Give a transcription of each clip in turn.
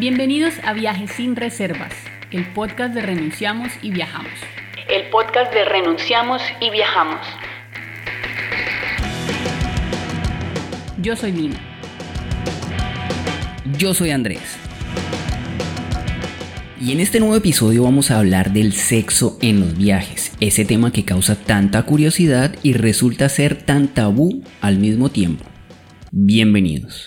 Bienvenidos a Viajes sin Reservas, el podcast de Renunciamos y Viajamos. El podcast de Renunciamos y Viajamos. Yo soy Lina. Yo soy Andrés. Y en este nuevo episodio vamos a hablar del sexo en los viajes, ese tema que causa tanta curiosidad y resulta ser tan tabú al mismo tiempo. Bienvenidos.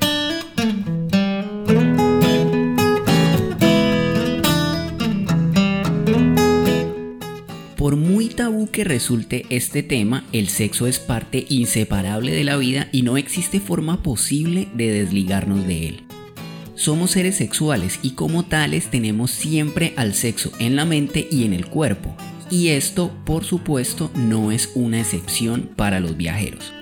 Por muy tabú que resulte este tema, el sexo es parte inseparable de la vida y no existe forma posible de desligarnos de él. Somos seres sexuales y como tales tenemos siempre al sexo en la mente y en el cuerpo. Y esto, por supuesto, no es una excepción para los viajeros.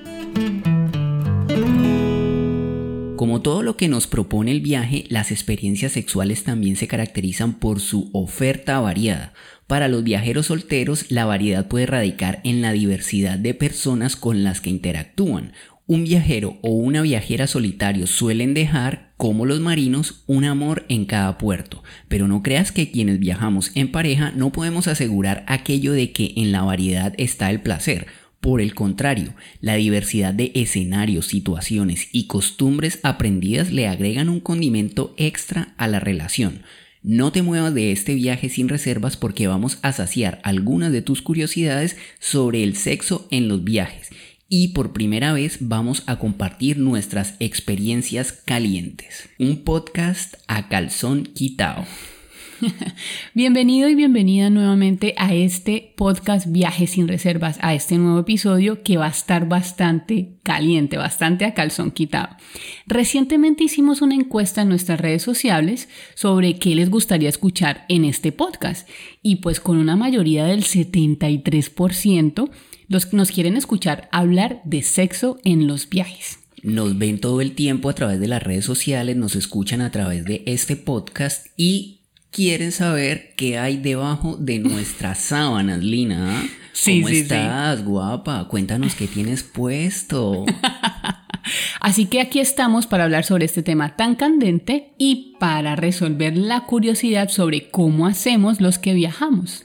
Como todo lo que nos propone el viaje, las experiencias sexuales también se caracterizan por su oferta variada. Para los viajeros solteros, la variedad puede radicar en la diversidad de personas con las que interactúan. Un viajero o una viajera solitarios suelen dejar, como los marinos, un amor en cada puerto. Pero no creas que quienes viajamos en pareja no podemos asegurar aquello de que en la variedad está el placer. Por el contrario, la diversidad de escenarios, situaciones y costumbres aprendidas le agregan un condimento extra a la relación. No te muevas de este viaje sin reservas porque vamos a saciar algunas de tus curiosidades sobre el sexo en los viajes. Y por primera vez vamos a compartir nuestras experiencias calientes. Un podcast a calzón quitado. Bienvenido y bienvenida nuevamente a este podcast Viajes sin Reservas, a este nuevo episodio que va a estar bastante caliente, bastante a calzón quitado. Recientemente hicimos una encuesta en nuestras redes sociales sobre qué les gustaría escuchar en este podcast y pues con una mayoría del 73% nos quieren escuchar hablar de sexo en los viajes. Nos ven todo el tiempo a través de las redes sociales, nos escuchan a través de este podcast y quieren saber qué hay debajo de nuestras sábanas, Lina. ¿Cómo estás, guapa? Cuéntanos qué tienes puesto. Así que aquí estamos para hablar sobre este tema tan candente y para resolver la curiosidad sobre cómo hacemos los que viajamos.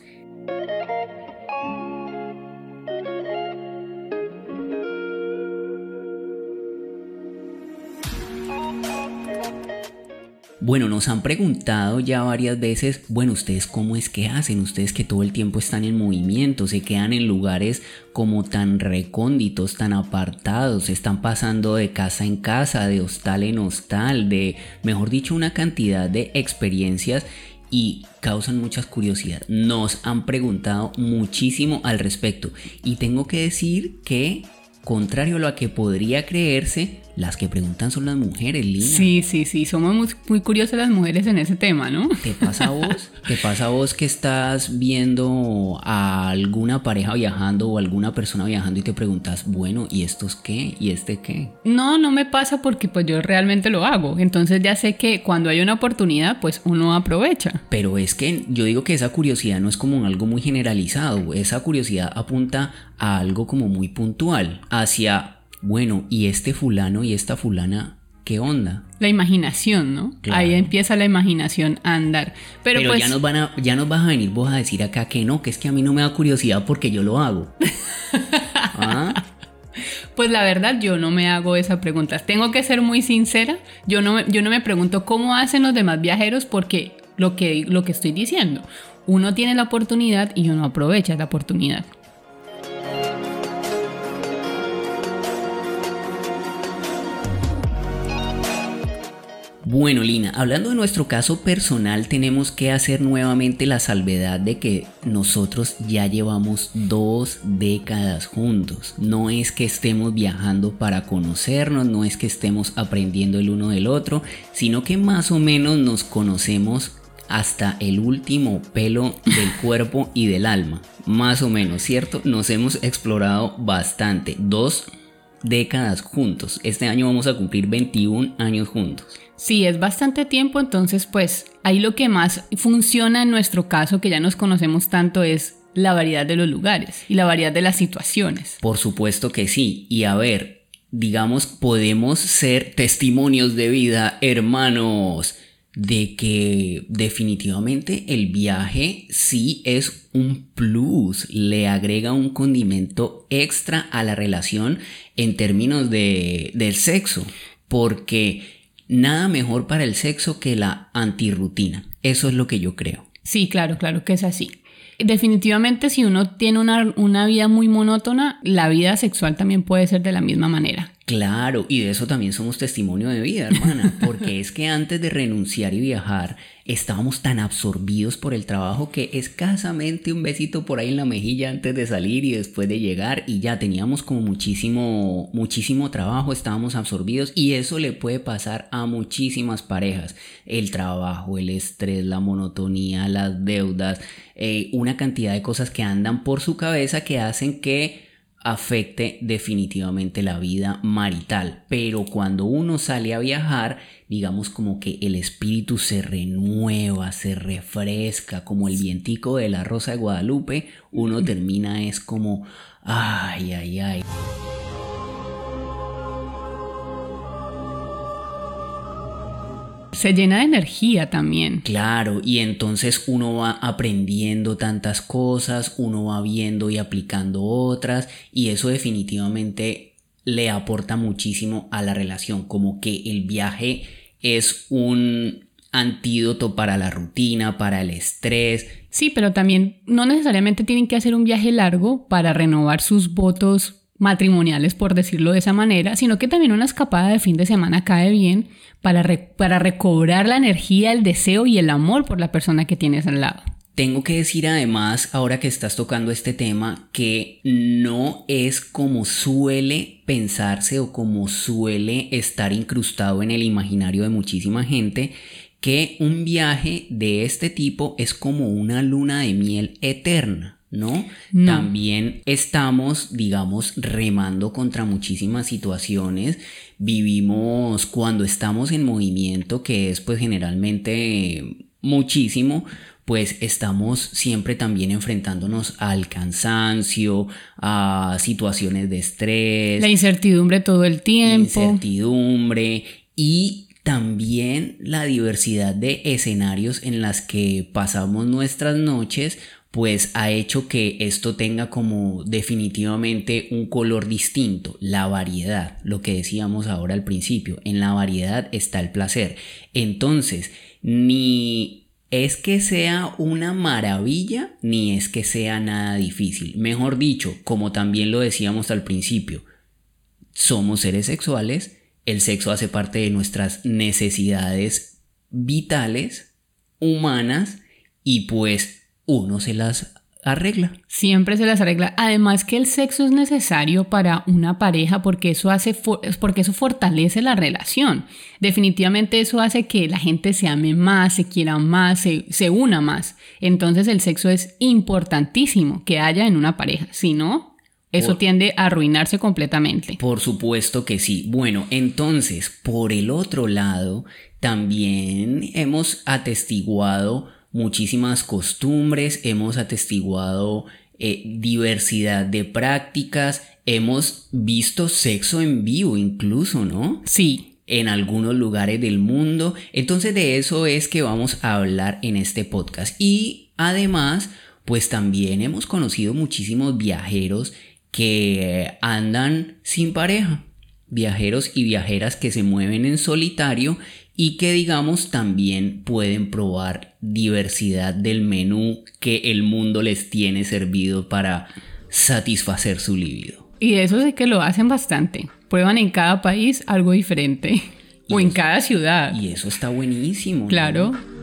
Bueno, nos han preguntado ya varias veces, bueno, ¿ustedes cómo es que hacen? Ustedes que todo el tiempo están en movimiento, se quedan en lugares como tan recónditos, tan apartados, están pasando de casa en casa, de hostal en hostal, de, mejor dicho, una cantidad de experiencias y causan mucha curiosidad. Nos han preguntado muchísimo al respecto y tengo que decir que, contrario a lo que podría creerse, las que preguntan son las mujeres, Lina. Sí, somos muy curiosas las mujeres en ese tema, ¿no? ¿Te pasa a vos? ¿Te pasa a vos que estás viendo a alguna pareja viajando o alguna persona viajando y te preguntas, bueno, ¿y estos qué? ¿Y este qué? No me pasa porque pues yo realmente lo hago. Entonces ya sé que cuando hay una oportunidad, pues uno aprovecha. Pero es que yo digo que esa curiosidad no es como algo muy generalizado. Esa curiosidad apunta a algo como muy puntual, hacia, bueno, ¿y este fulano y esta fulana qué onda? La imaginación, ¿no? Claro. Ahí empieza la imaginación a andar. Pero pues, ya nos vas a venir vos a decir acá que no, que es que a mí no me da curiosidad porque yo lo hago. ¿Ah? Pues la verdad yo no me hago esa pregunta. Tengo que ser muy sincera. Yo no me pregunto cómo hacen los demás viajeros porque lo que estoy diciendo. Uno tiene la oportunidad y uno aprovecha la oportunidad. Bueno, Lina, hablando de nuestro caso personal, tenemos que hacer nuevamente la salvedad de que nosotros ya llevamos 2 décadas juntos. No es que estemos viajando para conocernos, no es que estemos aprendiendo el uno del otro, sino que más o menos nos conocemos hasta el último pelo del cuerpo y del alma. Más o menos, ¿cierto? Nos hemos explorado bastante. 2 décadas juntos. Este año vamos a cumplir 21 años juntos. Sí, es bastante tiempo, entonces pues ahí lo que más funciona en nuestro caso, que ya nos conocemos tanto, es la variedad de los lugares y la variedad de las situaciones. Por supuesto que sí, y a ver, digamos, podemos ser testimonios de vida, hermanos. de que definitivamente el viaje sí es un plus, le agrega un condimento extra a la relación en términos del sexo, porque nada mejor para el sexo que la antirrutina. Eso es lo que yo creo. Sí, claro que es así. Definitivamente, si uno tiene una vida muy monótona, la vida sexual también puede ser de la misma manera. Claro, y de eso también somos testimonio de vida, hermana, porque es que antes de renunciar y viajar, estábamos tan absorbidos por el trabajo que escasamente un besito por ahí en la mejilla antes de salir y después de llegar, y ya teníamos como muchísimo trabajo, estábamos absorbidos, y eso le puede pasar a muchísimas parejas. El trabajo, el estrés, la monotonía, las deudas, una cantidad de cosas que andan por su cabeza que hacen que afecte definitivamente la vida marital. Pero cuando uno sale a viajar, digamos como que el espíritu se renueva, se refresca, como el vientico de la Rosa de Guadalupe. Uno termina es como ay. Se llena de energía también. Claro, y entonces uno va aprendiendo tantas cosas, uno va viendo y aplicando otras, y eso definitivamente le aporta muchísimo a la relación, como que el viaje es un antídoto para la rutina, para el estrés. Sí, pero también no necesariamente tienen que hacer un viaje largo para renovar sus votos matrimoniales, por decirlo de esa manera, sino que también una escapada de fin de semana cae bien para recobrar la energía, el deseo y el amor por la persona que tienes al lado. Tengo que decir además, ahora que estás tocando este tema, que no es como suele pensarse o como suele estar incrustado en el imaginario de muchísima gente, que un viaje de este tipo es como una luna de miel eterna. ¿No? También estamos, digamos, remando contra muchísimas situaciones. Vivimos cuando estamos en movimiento, que es pues generalmente muchísimo, pues estamos siempre también enfrentándonos al cansancio, a situaciones de estrés, la incertidumbre todo el tiempo. Y también la diversidad de escenarios en las que pasamos nuestras noches, pues ha hecho que esto tenga como definitivamente un color distinto, la variedad, lo que decíamos ahora al principio, en la variedad está el placer. Entonces, ni es que sea una maravilla, ni es que sea nada difícil. Mejor dicho, como también lo decíamos al principio, somos seres sexuales, el sexo hace parte de nuestras necesidades vitales, humanas, y pues uno se las arregla. Siempre se las arregla. Además que el sexo es necesario para una pareja porque eso fortalece la relación. Definitivamente eso hace que la gente se ame más, se quiera más, se una más. Entonces el sexo es importantísimo que haya en una pareja. Si no, eso tiende a arruinarse completamente. Por supuesto que sí. Bueno, entonces, por el otro lado, también hemos atestiguado muchísimas costumbres, hemos atestiguado diversidad de prácticas, hemos visto sexo en vivo incluso, ¿no? Sí. En algunos lugares del mundo. Entonces de eso es que vamos a hablar en este podcast. Y además, pues también hemos conocido muchísimos viajeros que andan sin pareja. Viajeros y viajeras que se mueven en solitario y que digamos también pueden probar diversidad del menú que el mundo les tiene servido para satisfacer su libido. Y eso sí que lo hacen bastante. Prueban en cada país algo diferente. O en cada ciudad. Y eso está buenísimo. Claro. ¿No?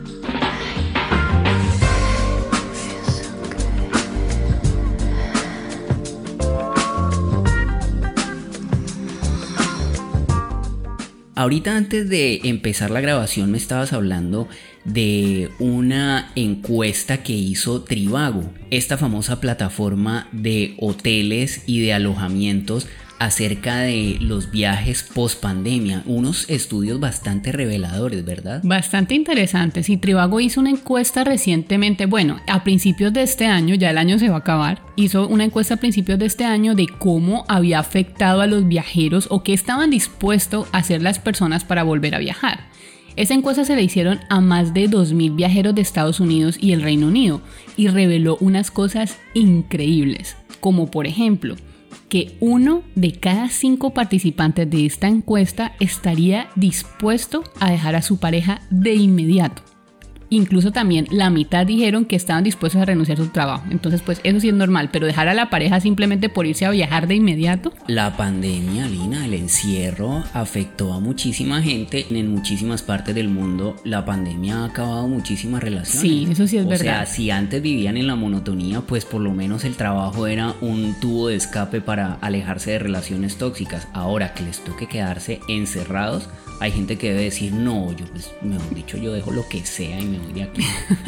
Ahorita antes de empezar la grabación me estabas hablando de una encuesta que hizo Trivago, esta famosa plataforma de hoteles y de alojamientos acerca de los viajes post pandemia. Unos estudios bastante reveladores, ¿verdad? Bastante interesantes. Y Trivago hizo una encuesta recientemente, bueno, a principios de este año, ya el año se va a acabar, hizo una encuesta a principios de este año de cómo había afectado a los viajeros o qué estaban dispuestos a hacer las personas para volver a viajar. Esa encuesta se la hicieron a más de 2,000 viajeros de Estados Unidos y el Reino Unido y reveló unas cosas increíbles, como por ejemplo, que 1 de cada 5 participantes de esta encuesta estaría dispuesto a dejar a su pareja de inmediato. Incluso también la mitad dijeron que estaban dispuestos a renunciar a su trabajo. Entonces, pues eso sí es normal, pero dejar a la pareja simplemente por irse a viajar de inmediato. La pandemia, Lina, el encierro afectó a muchísima gente. En muchísimas partes del mundo la pandemia ha acabado muchísimas relaciones. Sí, eso sí es verdad. O sea, si antes vivían en la monotonía, pues por lo menos el trabajo era un tubo de escape para alejarse de relaciones tóxicas. Ahora que les toque quedarse encerrados, hay gente que debe decir, no, yo pues, mejor dicho, yo dejo lo que sea y me voy de aquí.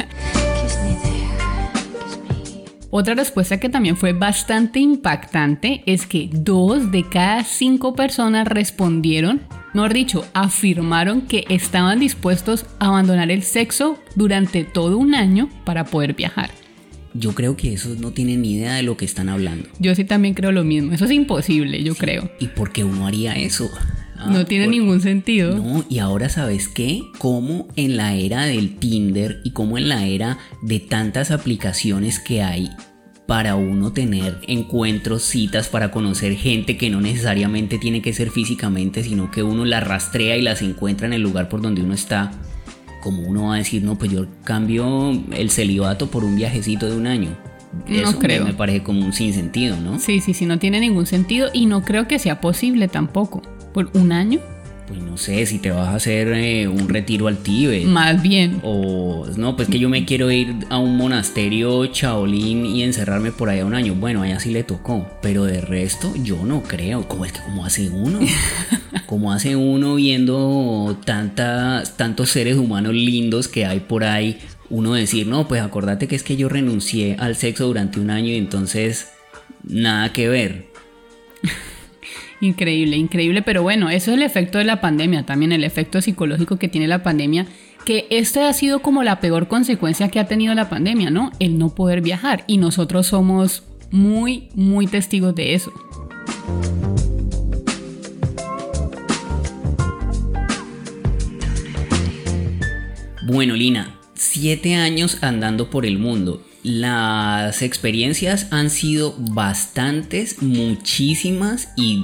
Otra respuesta que también fue bastante impactante es que 2 de cada 5 personas respondieron, mejor dicho, afirmaron que estaban dispuestos a abandonar el sexo durante todo un año para poder viajar. Yo creo que esos no tienen ni idea de lo que están hablando. Yo sí también creo lo mismo, eso es imposible, yo creo. ¿Y por qué uno haría eso? No tiene ningún sentido. No, y ahora ¿sabes qué? Como en la era del Tinder y como en la era de tantas aplicaciones que hay para uno tener encuentros, citas, para conocer gente que no necesariamente tiene que ser físicamente, sino que uno la rastrea y las encuentra en el lugar por donde uno está. Como uno va a decir, no, pues yo cambio el celibato por un viajecito de un año. Eso no creo. Me parece como un sinsentido, ¿no? Sí, no tiene ningún sentido y no creo que sea posible tampoco. ¿Por un año? Pues no sé, si te vas a hacer un retiro al Tíbet. Más bien. O no, pues que yo me quiero ir a un monasterio Shaolin y encerrarme por allá un año. Bueno, allá sí le tocó. Pero de resto, yo no creo. ¿Cómo hace uno? ¿Cómo hace uno viendo tantos seres humanos lindos que hay por ahí? Uno decir, no, pues acordate que es que yo renuncié al sexo durante un año y entonces nada que ver. Increíble, pero bueno, eso es el efecto de la pandemia, también el efecto psicológico que tiene la pandemia, que esta ha sido como la peor consecuencia que ha tenido la pandemia, ¿no? El no poder viajar, y nosotros somos muy testigos de eso. Bueno, Lina, 7 años andando por el mundo. Las experiencias han sido bastantes, muchísimas y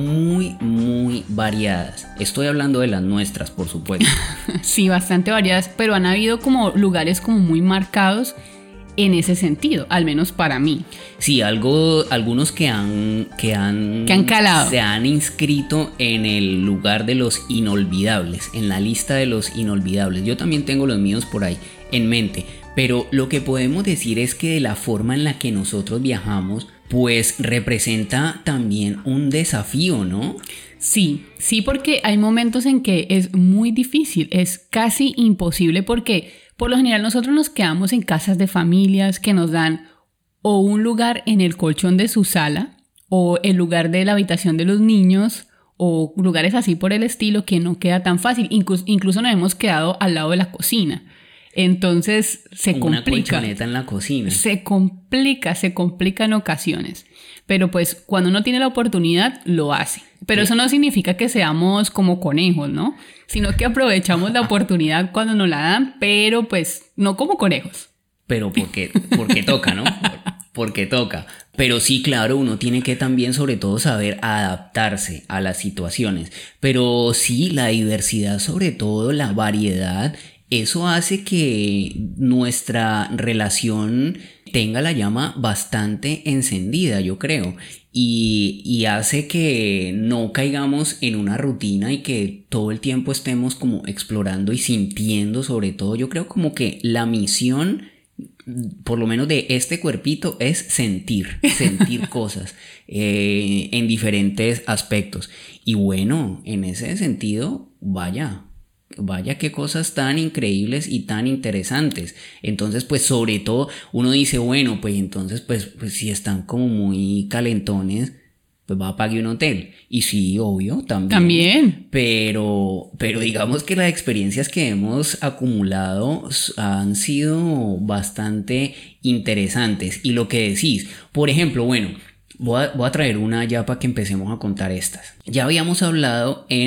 muy variadas. Estoy hablando de las nuestras, por supuesto. Sí, bastante variadas, pero han habido como lugares como muy marcados en ese sentido, al menos para mí. Sí, algunos que han calado. Se han inscrito en el lugar de los inolvidables, en la lista de los inolvidables. Yo también tengo los míos por ahí en mente. Pero lo que podemos decir es que de la forma en la que nosotros viajamos, pues representa también un desafío, ¿no? Sí, porque hay momentos en que es muy difícil, es casi imposible porque por lo general nosotros nos quedamos en casas de familias que nos dan o un lugar en el colchón de su sala o el lugar de la habitación de los niños o lugares así por el estilo que no queda tan fácil. Incluso nos hemos quedado al lado de la cocina. Entonces se complica. Una colchoneta en la cocina. Se complica en ocasiones. Pero pues cuando uno tiene la oportunidad, lo hace. Pero eso no significa que seamos como conejos, ¿no? Sino que aprovechamos la oportunidad cuando nos la dan, pero pues no como conejos. Pero porque toca, ¿no? Porque toca. Pero sí, claro, uno tiene que también sobre todo saber adaptarse a las situaciones. Pero sí, la diversidad, sobre todo la variedad, eso hace que nuestra relación tenga la llama bastante encendida, yo creo, y hace que no caigamos en una rutina y que todo el tiempo estemos como explorando y sintiendo. Sobre todo, yo creo como que la misión, por lo menos de este cuerpito, es sentir cosas en diferentes aspectos. Y bueno, en ese sentido, vaya qué cosas tan increíbles y tan interesantes. Entonces, pues sobre todo uno dice, bueno, pues entonces pues si están como muy calentones, pues va a pagar un hotel. Y sí, obvio, también. Pero digamos que las experiencias que hemos acumulado han sido bastante interesantes. Y lo que decís, por ejemplo, bueno, voy a traer una ya para que empecemos a contar estas. Ya habíamos hablado en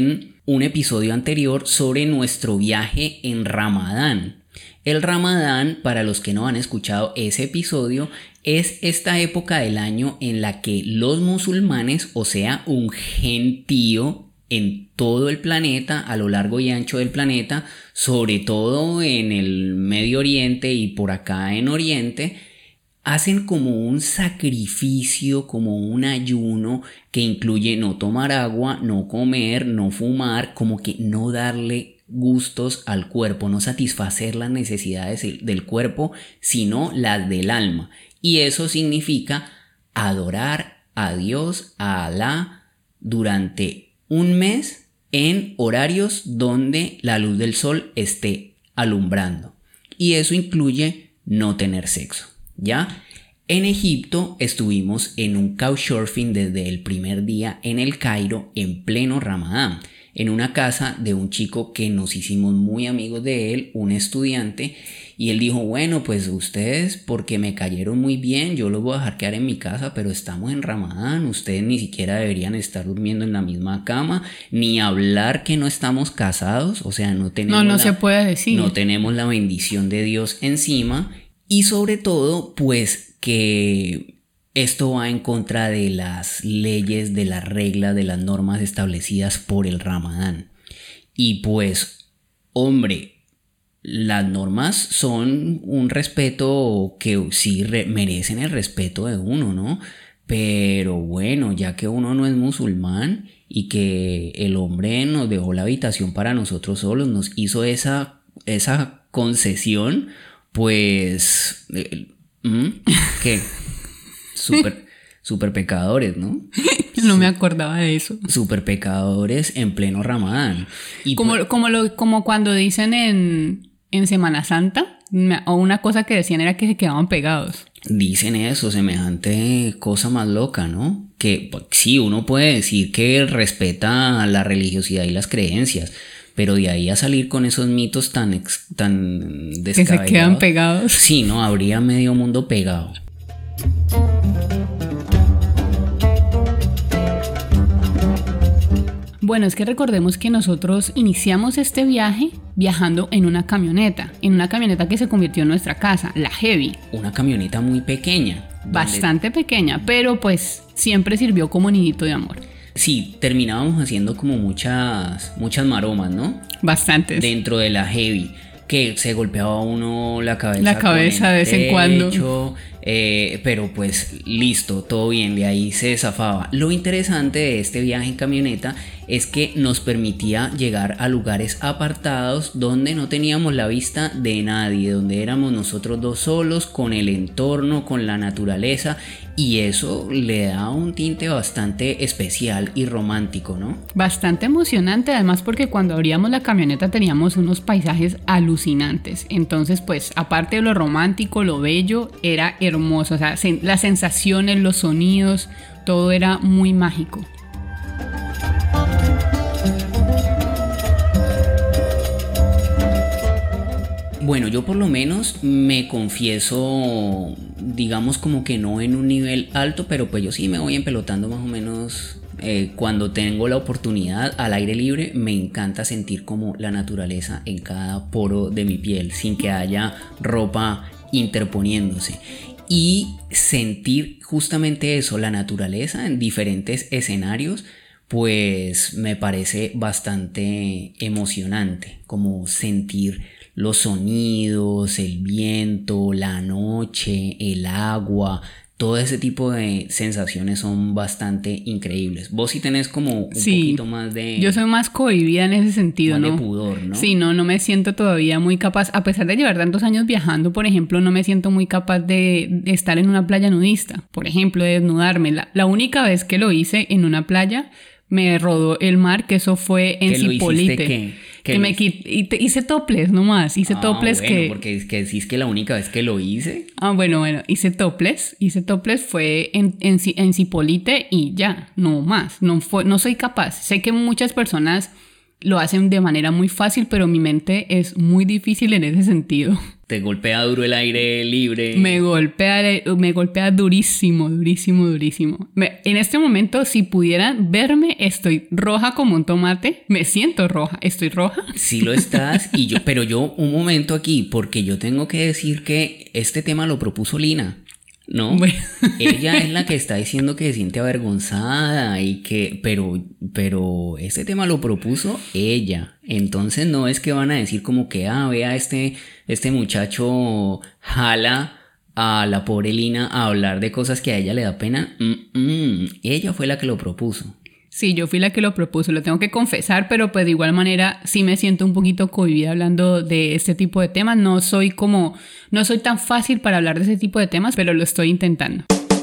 un episodio anterior sobre nuestro viaje en Ramadán. El Ramadán, para los que no han escuchado ese episodio, es esta época del año en la que los musulmanes, o sea, un gentío en todo el planeta, a lo largo y ancho del planeta, sobre todo en el Medio Oriente y por acá en Oriente, hacen como un sacrificio, como un ayuno que incluye no tomar agua, no comer, no fumar, como que no darle gustos al cuerpo, no satisfacer las necesidades del cuerpo, sino las del alma. Y eso significa adorar a Dios, a Alá, durante un mes en horarios donde la luz del sol esté alumbrando. Y eso incluye no tener sexo. ¿Ya? En Egipto estuvimos en un couchsurfing desde el primer día en el Cairo en pleno Ramadán, en una casa de un chico que nos hicimos muy amigos de él, un estudiante, y él dijo, bueno, pues ustedes porque me cayeron muy bien, yo los voy a dejar quedar en mi casa, pero estamos en Ramadán, ustedes ni siquiera deberían estar durmiendo en la misma cama, ni hablar que no estamos casados, o sea, no tenemos se puede decir. No tenemos la bendición de Dios encima. Y sobre todo, pues que esto va en contra de las leyes, de las reglas, de las normas establecidas por el Ramadán. Y pues, hombre, las normas son un respeto que sí merecen el respeto de uno, ¿no? Pero bueno, ya que uno no es musulmán y que el hombre nos dejó la habitación para nosotros solos, nos hizo esa concesión. Pues, ¿qué? Super pecadores, ¿no? No me acordaba de eso. Super pecadores en pleno Ramadán. Y como cuando dicen en Semana Santa, o una cosa que decían era que se quedaban pegados. Dicen eso, semejante cosa más loca, ¿no? Que sí, uno puede decir que respeta la religiosidad y las creencias, pero de ahí a salir con esos mitos tan descabellados, que se quedan pegados. Sí, no, habría medio mundo pegado. Bueno, es que recordemos que nosotros iniciamos este viaje viajando en una camioneta que se convirtió en nuestra casa, la Heavy. Una camioneta muy pequeña. Bastante pequeña, pero pues siempre sirvió como nidito de amor. Sí, terminábamos haciendo como muchas maromas, ¿no? Bastantes. Dentro de la Heavy, que se golpeaba uno la cabeza. La cabeza de vez en cuando. Pero pues listo, todo bien, de ahí se zafaba. Lo interesante de este viaje en camioneta es que nos permitía llegar a lugares apartados donde no teníamos la vista de nadie, donde éramos nosotros dos solos con el entorno, con la naturaleza, y eso le da un tinte bastante especial y romántico, ¿no? Bastante emocionante, además porque cuando abríamos la camioneta teníamos unos paisajes alucinantes. Entonces, pues, aparte de lo romántico, lo bello, era hermoso. O sea, las sensaciones, los sonidos, todo era muy mágico. Bueno, yo por lo menos me confieso, digamos como que no en un nivel alto, pero pues yo sí me voy empelotando más o menos cuando tengo la oportunidad al aire libre. Me encanta sentir como la naturaleza en cada poro de mi piel, sin que haya ropa interponiéndose. Y sentir justamente eso, la naturaleza en diferentes escenarios, pues me parece bastante emocionante, como sentir los sonidos, el viento, la noche, el agua, todo ese tipo de sensaciones son bastante increíbles. Vos sí tenés como un poquito más de... Yo soy más cohibida en ese sentido, más ¿no? de pudor, ¿no? Sí, no me siento todavía muy capaz. A pesar de llevar tantos años viajando, por ejemplo, no me siento muy capaz de estar en una playa nudista. Por ejemplo, de desnudarme. La única vez que lo hice en una playa, me rodó el mar, que eso fue en Cipolite. Hice topless nomás, topless bueno, que... porque es que decís que la única vez que lo hice. Bueno, hice topless fue en Cipolite y ya, no más, no soy capaz. Sé que muchas personas lo hacen de manera muy fácil, pero mi mente es muy difícil en ese sentido. Te golpea duro el aire libre. Me golpea durísimo, durísimo, durísimo. En este momento, si pudieran verme, estoy roja como un tomate. Me siento roja. ¿Estoy roja? Sí lo estás. Pero yo, un momento aquí, porque yo tengo que decir que este tema lo propuso Lina, ¿no? Bueno. Ella es la que está diciendo que se siente avergonzada y que... Pero este tema lo propuso ella. Entonces no es que van a decir como que, vea, este muchacho jala a la pobre Lina a hablar de cosas que a ella le da pena. Ella fue la que lo propuso. Sí, yo fui la que lo propuso, lo tengo que confesar, pero pues de igual manera sí me siento un poquito cohibida hablando de este tipo de temas. No soy tan fácil para hablar de ese tipo de temas, pero lo estoy intentando.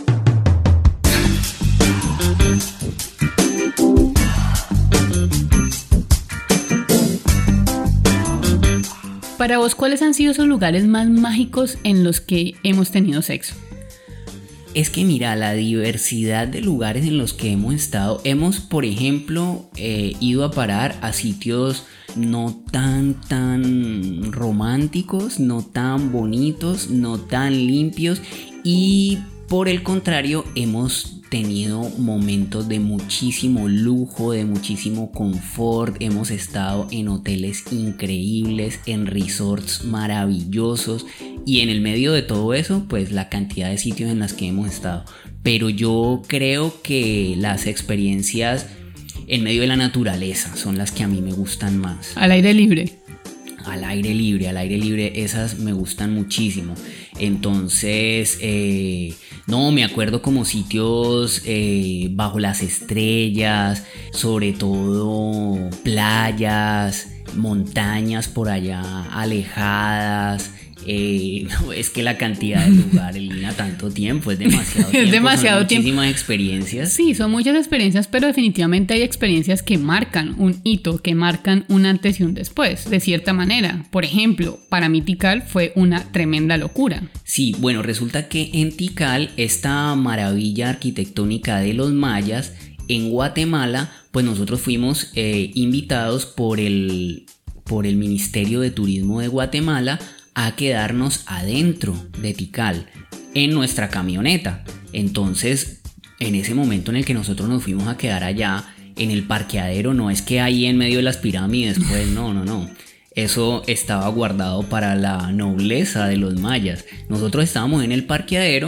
Para vos, ¿cuáles han sido esos lugares más mágicos en los que hemos tenido sexo? Es que mira, la diversidad de lugares en los que hemos estado, por ejemplo, ido a parar a sitios no tan románticos, no tan bonitos, no tan limpios, y por el contrario hemos tenido momentos de muchísimo lujo, de muchísimo confort. Hemos estado en hoteles increíbles, en resorts maravillosos, y en el medio de todo eso, pues la cantidad de sitios en los que hemos estado. Pero yo creo que las experiencias en medio de la naturaleza son las que a mí me gustan más. Al aire libre. Al aire libre, esas me gustan muchísimo. Entonces, no, me acuerdo como sitios bajo las estrellas, sobre todo playas, montañas por allá alejadas. No, es que la cantidad de lugares, Lina, tanto tiempo, es demasiado tiempo. Es demasiado son tiempo. Muchísimas experiencias. Sí, son muchas experiencias, pero definitivamente hay experiencias que marcan un hito, que marcan un antes y un después, de cierta manera. Por ejemplo, para mí Tikal fue una tremenda locura. Sí, bueno, resulta que en Tikal, esta maravilla arquitectónica de los mayas, en Guatemala, pues nosotros fuimos invitados por el Ministerio de Turismo de Guatemala a quedarnos adentro de Tikal en nuestra camioneta. Entonces, en ese momento en el que nosotros nos fuimos a quedar allá en el parqueadero, no es que ahí en medio de las pirámides, pues no. Eso estaba guardado para la nobleza de los mayas. Nosotros estábamos en el parqueadero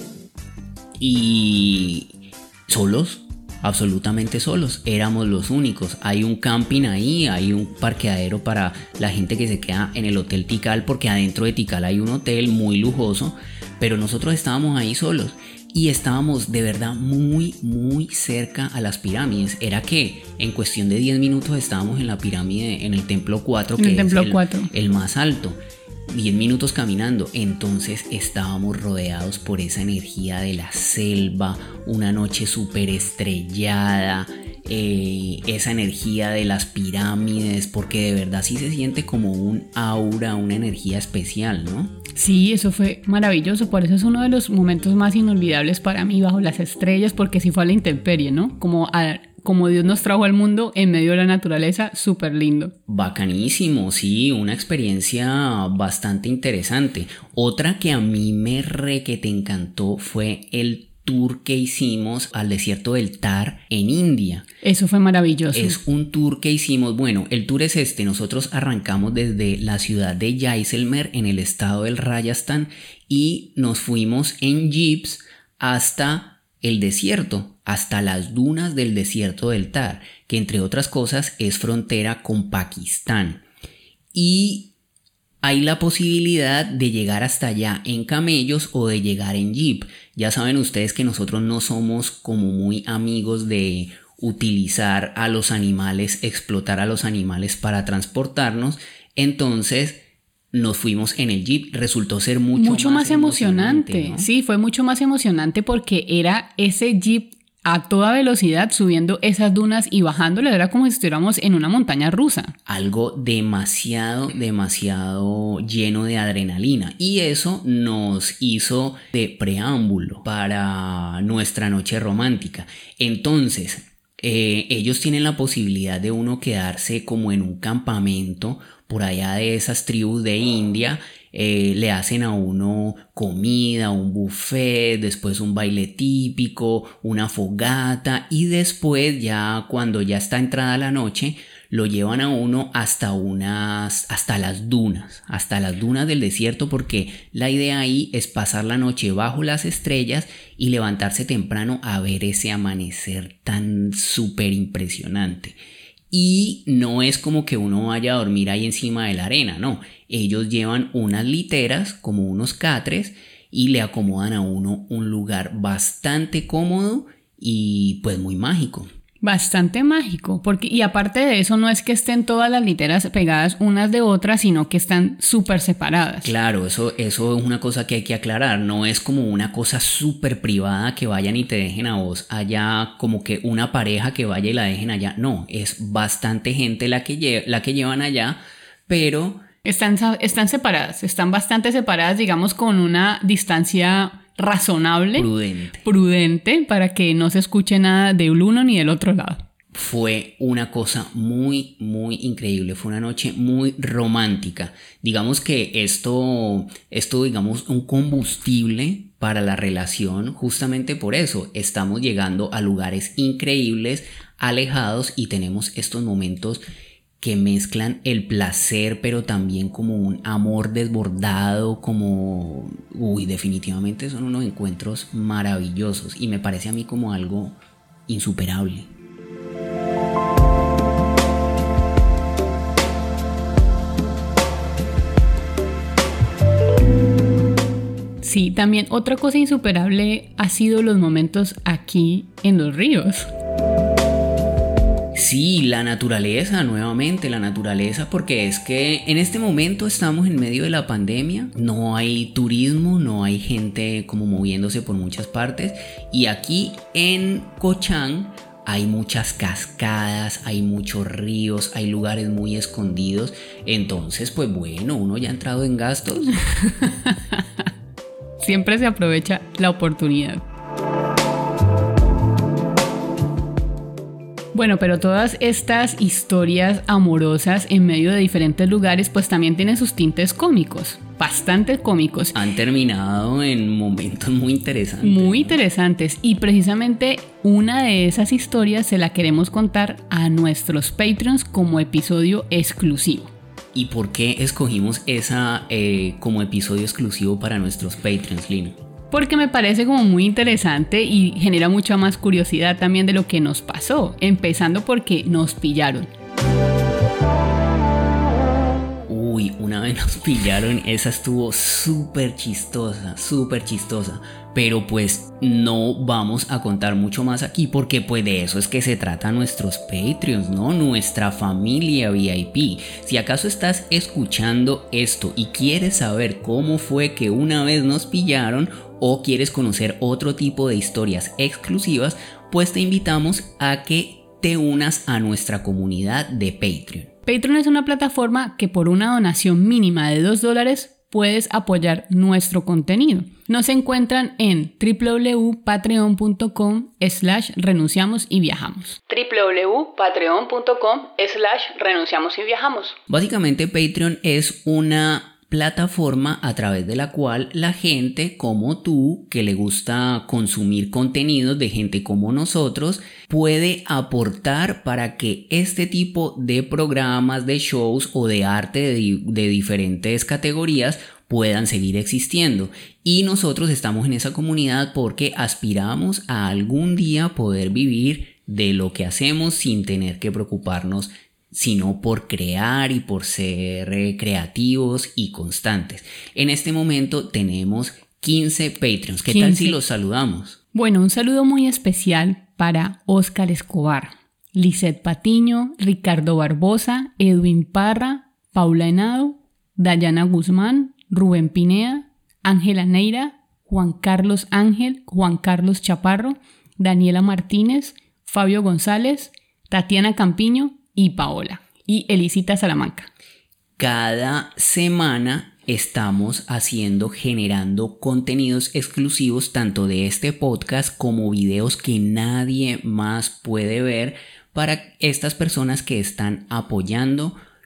y solos. Absolutamente solos, éramos los únicos. Hay un camping ahí, hay un parqueadero para la gente que se queda en el Hotel Tikal, porque adentro de Tikal hay un hotel muy lujoso, pero nosotros estábamos ahí solos y estábamos de verdad muy cerca a las pirámides. Era que en cuestión de 10 minutos estábamos en la pirámide, en el templo 4, que es el más alto. 10 minutos caminando. Entonces estábamos rodeados por esa energía de la selva, una noche súper estrellada, esa energía de las pirámides, porque de verdad sí se siente como un aura, una energía especial, ¿no? Sí, eso fue maravilloso, por eso es uno de los momentos más inolvidables para mí, bajo las estrellas, porque sí fue a la intemperie, ¿no? Como Dios nos trajo al mundo en medio de la naturaleza, súper lindo. Bacanísimo, sí, una experiencia bastante interesante. Otra que a mí me requete encantó fue el tour que hicimos al desierto del Thar en India. Eso fue maravilloso. Es un tour que hicimos, bueno, el tour es nosotros arrancamos desde la ciudad de Jaisalmer en el estado del Rajasthan y nos fuimos en jeeps hasta el desierto, hasta las dunas del desierto del Thar, que entre otras cosas es frontera con Pakistán. Y hay la posibilidad de llegar hasta allá en camellos o de llegar en jeep. Ya saben ustedes que nosotros no somos como muy amigos de utilizar a los animales, explotar a los animales para transportarnos. Entonces nos fuimos en el jeep. Resultó ser mucho más emocionante, ¿no? Sí, fue mucho más emocionante porque era ese jeep a toda velocidad subiendo esas dunas y bajándolo. Era como si estuviéramos en una montaña rusa. Algo demasiado lleno de adrenalina, y eso nos hizo de preámbulo para nuestra noche romántica. Entonces ellos tienen la posibilidad de uno quedarse como en un campamento por allá de esas tribus de India, le hacen a uno comida, un buffet, después un baile típico, una fogata y después ya cuando ya está entrada la noche lo llevan a uno hasta las dunas del desierto, porque la idea ahí es pasar la noche bajo las estrellas y levantarse temprano a ver ese amanecer tan súper impresionante. Y no es como que uno vaya a dormir ahí encima de la arena, no. Ellos llevan unas literas, como unos catres, y le acomodan a uno un lugar bastante cómodo y pues muy mágico. Bastante mágico, y aparte de eso no es que estén todas las literas pegadas unas de otras, sino que están súper separadas. Claro, eso es una cosa que hay que aclarar, no es como una cosa súper privada que vayan y te dejen a vos allá, como que una pareja que vaya y la dejen allá, no, es bastante gente la que llevan allá, pero... Están separadas, están bastante separadas, digamos, con una distancia razonable, prudente, para que no se escuche nada del uno ni del otro lado. Fue una cosa muy, muy increíble, fue una noche muy romántica. Digamos que esto digamos, un combustible para la relación, justamente por eso estamos llegando a lugares increíbles, alejados, y tenemos estos momentos que mezclan el placer, pero también como un amor desbordado, como... definitivamente son unos encuentros maravillosos y me parece a mí como algo insuperable. Sí, también otra cosa insuperable ha sido los momentos aquí en los ríos. Sí, la naturaleza, nuevamente la naturaleza, porque es que en este momento estamos en medio de la pandemia, no hay turismo, no hay gente como moviéndose por muchas partes, y aquí en Cochán hay muchas cascadas, hay muchos ríos, hay lugares muy escondidos, entonces pues bueno, uno ya ha entrado en gastos. Siempre se aprovecha la oportunidad. Bueno, pero todas estas historias amorosas en medio de diferentes lugares pues también tienen sus tintes cómicos, bastante cómicos. Han terminado en momentos muy interesantes. Muy interesantes, y precisamente una de esas historias se la queremos contar a nuestros Patreons como episodio exclusivo. ¿Y por qué escogimos esa como episodio exclusivo para nuestros Patreons, Lina? Porque me parece como muy interesante y genera mucha más curiosidad también de lo que nos pasó, empezando porque nos pillaron. Una vez nos pillaron, esa estuvo súper chistosa, pero pues no vamos a contar mucho más aquí porque pues de eso es que se trata nuestros Patreons, ¿no? Nuestra familia VIP. Si acaso estás escuchando esto y quieres saber cómo fue que una vez nos pillaron o quieres conocer otro tipo de historias exclusivas, pues te invitamos a que te unas a nuestra comunidad de Patreon. Patreon es una plataforma que por una donación mínima de $2 puedes apoyar nuestro contenido. Nos encuentran en www.patreon.com/renunciamos y viajamos. www.patreon.com/renunciamos y viajamos. Básicamente Patreon es una plataforma a través de la cual la gente como tú, que le gusta consumir contenidos de gente como nosotros, puede aportar para que este tipo de programas, de shows o de arte de diferentes categorías puedan seguir existiendo. Y nosotros estamos en esa comunidad porque aspiramos a algún día poder vivir de lo que hacemos sin tener que preocuparnos, sino por crear y por ser creativos y constantes. En este momento tenemos 15 Patreons. ¿Qué tal si los saludamos? Bueno, un saludo muy especial para Oscar Escobar, Lisette Patiño, Ricardo Barbosa, Edwin Parra, Paula Henao, Dayana Guzmán, Rubén Pinea, Ángela Neira, Juan Carlos Ángel, Juan Carlos Chaparro, Daniela Martínez, Fabio González, Tatiana Campiño y Paola y Elisita Salamanca. Cada semana estamos generando contenidos exclusivos tanto de este podcast como videos que nadie más puede ver para estas personas que están apoyando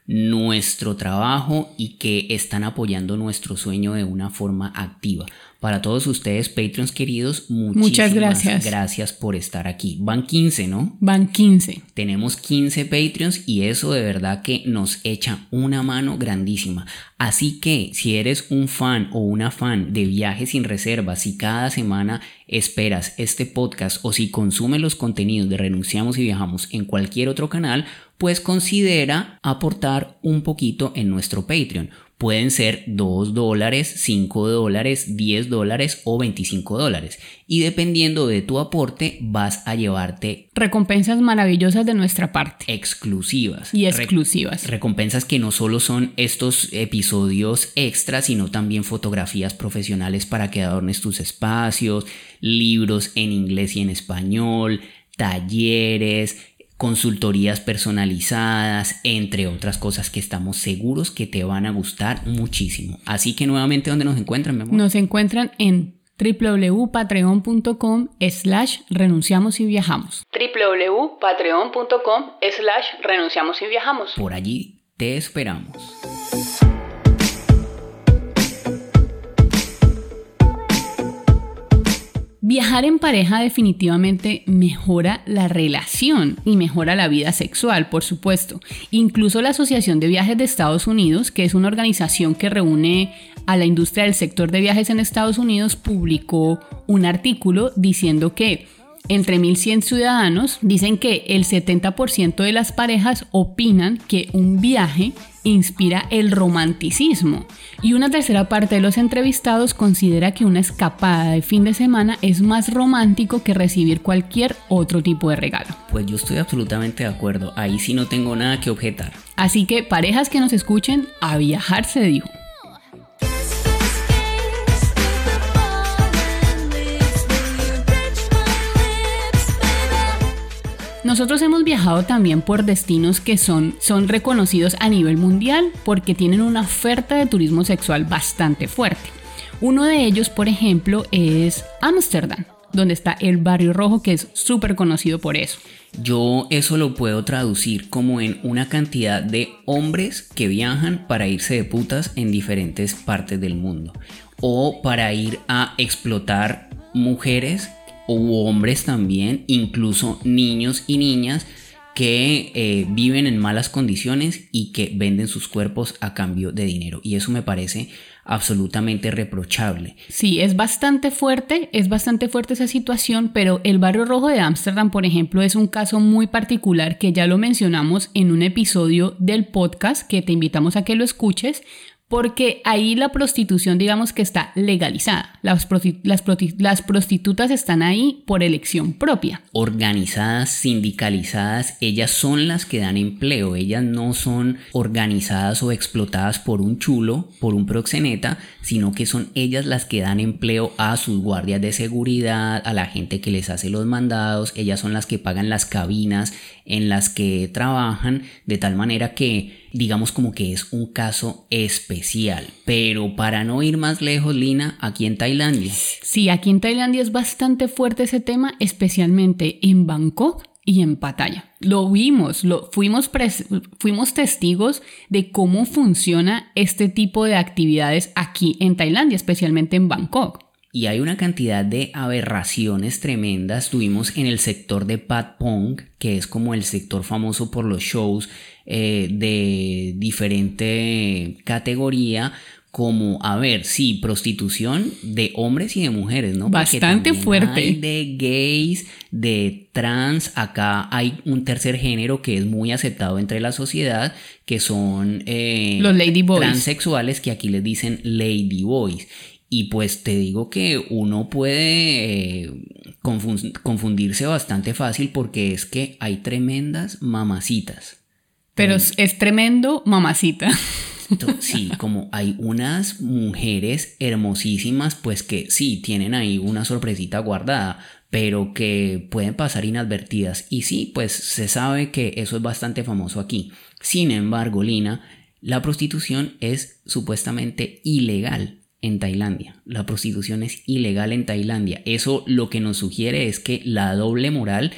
nuestro trabajo y que están apoyando nuestro sueño de una forma activa. Para todos ustedes, Patreons queridos, muchas gracias por estar aquí. Van 15, ¿no? Van 15. Tenemos 15 Patreons y eso de verdad que nos echa una mano grandísima. Así que si eres un fan o una fan de Viajes sin Reservas, si cada semana esperas este podcast o si consumes los contenidos de Renunciamos y Viajamos en cualquier otro canal, pues considera aportar un poquito en nuestro Patreon. Pueden ser $2, $5, $10 o $25. Y dependiendo de tu aporte, vas a llevarte recompensas maravillosas de nuestra parte. Exclusivas. Y exclusivas. Recompensas que no solo son estos episodios extras, sino también fotografías profesionales para que adornes tus espacios, libros en inglés y en español, talleres, consultorías personalizadas, entre otras cosas que estamos seguros que te van a gustar muchísimo. Así que nuevamente, ¿dónde nos encuentran, mi amor? Nos encuentran en www.patreon.com/renunciamos y viajamos. www.patreon.com/renunciamos y viajamos. Por allí te esperamos. Viajar en pareja definitivamente mejora la relación y mejora la vida sexual, por supuesto. Incluso la Asociación de Viajes de Estados Unidos, que es una organización que reúne a la industria del sector de viajes en Estados Unidos, publicó un artículo diciendo que entre 1.100 ciudadanos dicen que el 70% de las parejas opinan que un viaje inspira el romanticismo y una tercera parte de los entrevistados considera que una escapada de fin de semana es más romántico que recibir cualquier otro tipo de regalo. Pues yo estoy absolutamente de acuerdo, ahí sí no tengo nada que objetar. Así que parejas que nos escuchen, a viajar se dijo. Nosotros hemos viajado también por destinos que son reconocidos a nivel mundial porque tienen una oferta de turismo sexual bastante fuerte. Uno de ellos, por ejemplo, es Ámsterdam, donde está el Barrio Rojo, que es súper conocido por eso. Yo eso lo puedo traducir como en una cantidad de hombres que viajan para irse de putas en diferentes partes del mundo o para ir a explotar mujeres o hombres también, incluso niños y niñas que viven en malas condiciones y que venden sus cuerpos a cambio de dinero. Y eso me parece absolutamente reprochable. Sí, es bastante fuerte esa situación, pero el Barrio Rojo de Ámsterdam, por ejemplo, es un caso muy particular que ya lo mencionamos en un episodio del podcast que te invitamos a que lo escuches, porque ahí la prostitución, digamos que está legalizada. Las prostitutas están ahí por elección propia. Organizadas, sindicalizadas, ellas son las que dan empleo. Ellas no son organizadas o explotadas por un chulo, por un proxeneta, sino que son ellas las que dan empleo a sus guardias de seguridad, a la gente que les hace los mandados. Ellas son las que pagan las cabinas en las que trabajan, de tal manera que digamos como que es un caso especial. Pero para no ir más lejos, Lina, aquí en Tailandia. Sí, aquí en Tailandia es bastante fuerte ese tema, especialmente en Bangkok y en Pattaya. Lo vimos, fuimos testigos de cómo funciona este tipo de actividades aquí en Tailandia, especialmente en Bangkok. Y hay una cantidad de aberraciones tremendas. Tuvimos en el sector de Pat Pong, que es como el sector famoso por los shows de diferente categoría, como, prostitución de hombres y de mujeres, ¿no? Bastante fuerte. Hay de gays, de trans. Acá hay un tercer género que es muy aceptado entre la sociedad, que son los ladyboys, transexuales, que aquí les dicen ladyboys. Y pues te digo que uno puede confundirse bastante fácil porque es que hay tremendas mamacitas. Pero es tremendo mamacita. Sí, como hay unas mujeres hermosísimas, pues que sí, tienen ahí una sorpresita guardada, pero que pueden pasar inadvertidas. Y sí, pues se sabe que eso es bastante famoso aquí. Sin embargo, Lina, la prostitución es supuestamente ilegal en Tailandia. La prostitución es ilegal en Tailandia. Eso lo que nos sugiere es que la doble moral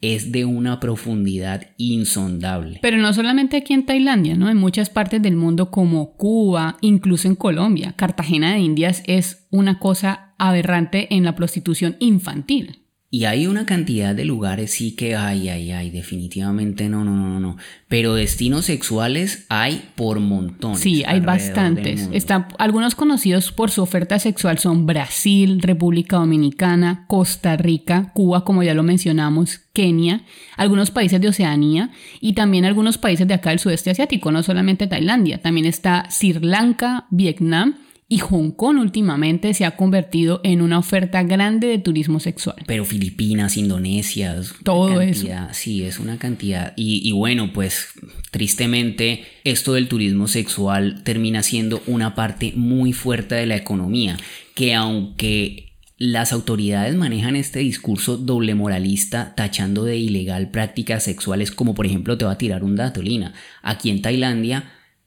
es de una profundidad insondable. Pero no solamente aquí en Tailandia, ¿no? En muchas partes del mundo como Cuba, incluso en Colombia. Cartagena de Indias es una cosa aberrante en la prostitución infantil. Y hay una cantidad de lugares sí que definitivamente no. Pero destinos sexuales hay por montones. Sí, hay bastantes. Algunos conocidos por su oferta sexual son Brasil, República Dominicana, Costa Rica, Cuba, como ya lo mencionamos, Kenia, algunos países de Oceanía y también algunos países de acá del sudeste asiático, no solamente Tailandia. También está Sri Lanka, Vietnam. Y Hong Kong últimamente se ha convertido en una oferta grande de turismo sexual. Pero Filipinas, Indonesia, todo eso. Sí, es una cantidad. Y bueno, pues tristemente esto del turismo sexual termina siendo una parte muy fuerte de la economía, que aunque las autoridades manejan este discurso doble moralista tachando de ilegal prácticas sexuales, como por ejemplo, te voy a tirar un dato, Lina, aquí en Tailandia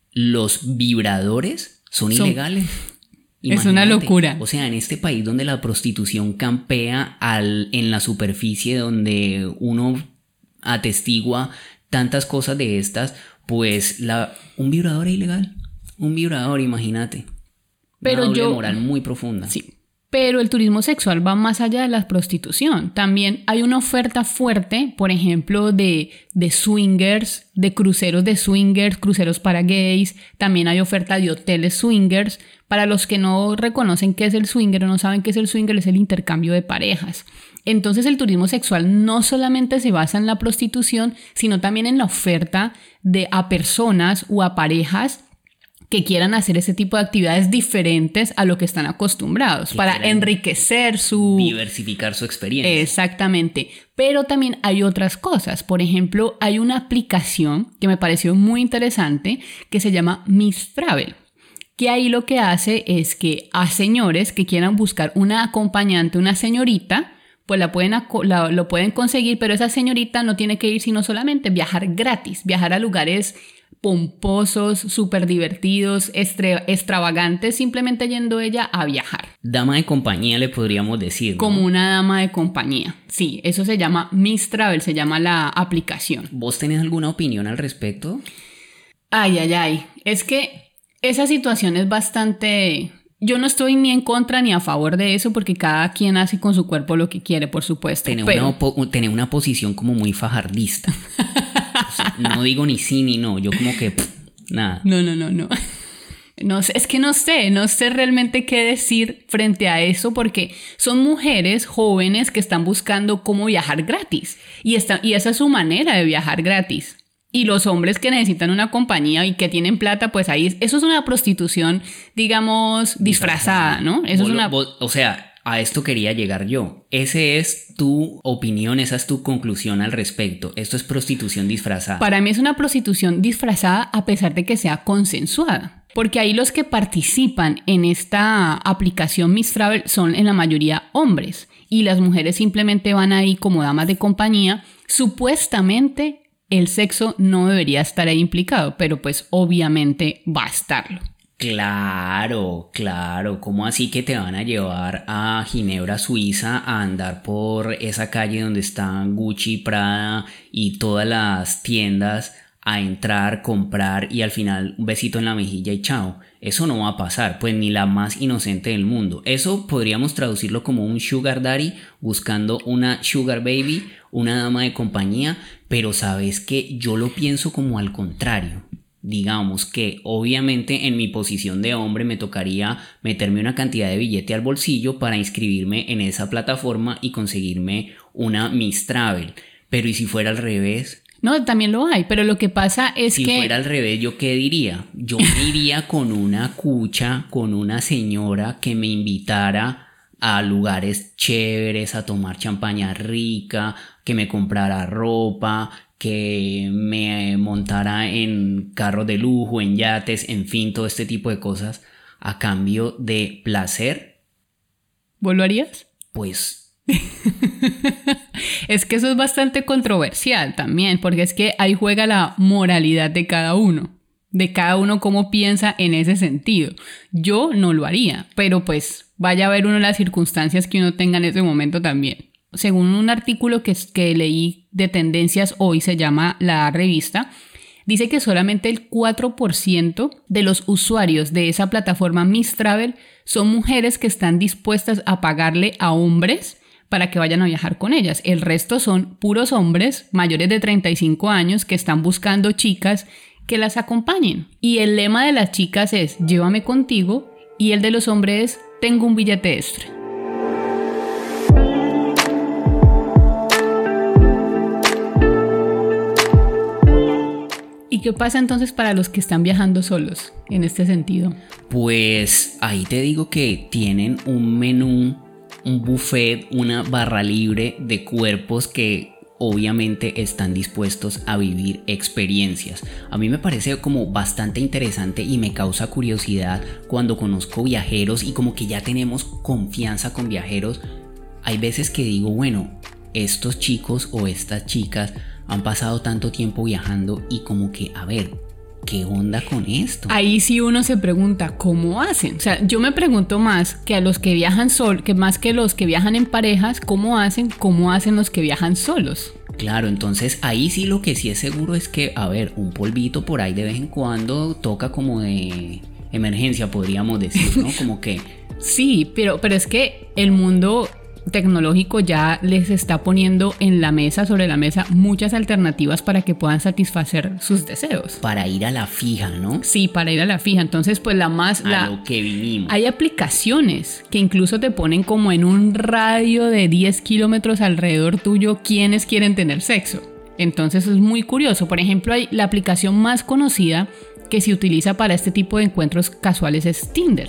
los vibradores son ilegales. Imagínate, es una locura. O sea, en este país donde la prostitución campea en la superficie, donde uno atestigua tantas cosas de estas, pues un vibrador es ilegal. Un vibrador, imagínate. Pero una doble moral muy profunda. Sí. Pero el turismo sexual va más allá de la prostitución. También hay una oferta fuerte, por ejemplo, de swingers, de cruceros de swingers, cruceros para gays. También hay oferta de hoteles swingers. Para los que no reconocen qué es el swinger o no saben qué es el swinger, es el intercambio de parejas. Entonces el turismo sexual no solamente se basa en la prostitución, sino también en la oferta a personas o a parejas que quieran hacer ese tipo de actividades diferentes a lo que están acostumbrados para enriquecer diversificar su experiencia. Exactamente. Pero también hay otras cosas. Por ejemplo, hay una aplicación que me pareció muy interesante que se llama Miss Travel, que ahí lo que hace es que a señores que quieran buscar una acompañante, una señorita, pues lo pueden conseguir, pero esa señorita no tiene que ir sino solamente viajar gratis, viajar a lugares pomposos, súper divertidos, extravagantes, simplemente yendo ella a viajar. Dama de compañía le podríamos decir, ¿no? Como una dama de compañía. Sí, eso se llama Miss Travel, se llama la aplicación. ¿Vos tenés alguna opinión al respecto? Ay. Es que esa situación es bastante... Yo no estoy ni en contra ni a favor de eso porque cada quien hace con su cuerpo lo que quiere, por supuesto. Tener una posición como muy fajardista. O sea, no digo ni sí ni no, yo como que nada. No. No sé, es que no sé realmente qué decir frente a eso porque son mujeres jóvenes que están buscando cómo viajar gratis y esa es su manera de viajar gratis. Y los hombres que necesitan una compañía y que tienen plata, pues ahí eso es una prostitución, digamos, disfrazada, ¿no? O sea, a esto quería llegar yo. Esa es tu opinión, esa es tu conclusión al respecto. Esto es prostitución disfrazada. Para mí es una prostitución disfrazada a pesar de que sea consensuada. Porque ahí los que participan en esta aplicación Miss Travel son en la mayoría hombres. Y las mujeres simplemente van ahí como damas de compañía. Supuestamente el sexo no debería estar ahí implicado, pero pues obviamente va a estarlo. Claro. ¿Cómo así que te van a llevar a Ginebra, Suiza, a andar por esa calle donde están Gucci, Prada y todas las tiendas, a entrar, comprar y al final un besito en la mejilla y chao? Eso no va a pasar, pues ni la más inocente del mundo. Eso podríamos traducirlo como un sugar daddy buscando una sugar baby, una dama de compañía, pero sabes que yo lo pienso como al contrario. Digamos que obviamente en mi posición de hombre me tocaría meterme una cantidad de billete al bolsillo para inscribirme en esa plataforma y conseguirme una Miss Travel. Pero ¿y si fuera al revés? No, también lo hay, pero lo que pasa es que... Si fuera al revés, ¿yo qué diría? Yo me iría con una cucha, con una señora que me invitara a lugares chéveres, a tomar champaña rica, que me comprara ropa, que me montara en carros de lujo, en yates, en fin, todo este tipo de cosas a cambio de placer. ¿Vos lo harías? Pues... Es que eso es bastante controversial también, porque es que ahí juega la moralidad de cada uno cómo piensa en ese sentido. Yo no lo haría, pero pues vaya a ver uno las circunstancias que uno tenga en ese momento también. según un artículo que leí de Tendencias Hoy, se llama la revista, dice que solamente el 4% de los usuarios de esa plataforma Miss Travel son mujeres que están dispuestas a pagarle a hombres para que vayan a viajar con ellas. El resto son puros hombres mayores de 35 años que están buscando chicas que las acompañen. Y el lema de las chicas es llévame contigo y el de los hombres es tengo un billete extra. ¿Y qué pasa entonces para los que están viajando solos en este sentido? Pues ahí te digo que tienen un menú, un buffet, una barra libre de cuerpos que obviamente están dispuestos a vivir experiencias. A mí me parece como bastante interesante y me causa curiosidad cuando conozco viajeros y como que ya tenemos confianza con viajeros. Hay veces que digo, bueno, estos chicos o estas chicas han pasado tanto tiempo viajando y como que, a ver, ¿qué onda con esto? Ahí sí uno se pregunta, ¿cómo hacen? O sea, yo me pregunto más que a los que viajan solos, que más que los que viajan en parejas, ¿cómo hacen los que viajan solos? Claro, entonces ahí sí lo que sí es seguro es que, a ver, un polvito por ahí de vez en cuando toca como de emergencia, podríamos decir, ¿no? Como que... Sí, pero es que el mundo tecnológico ya les está poniendo sobre la mesa muchas alternativas para que puedan satisfacer sus deseos. Para ir a la fija, ¿no? Sí, para ir a la fija. Entonces, pues lo que vinimos. Hay aplicaciones que incluso te ponen como en un radio de 10 kilómetros alrededor tuyo quienes quieren tener sexo. Entonces es muy curioso. Por ejemplo, la aplicación más conocida que se utiliza para este tipo de encuentros casuales es Tinder.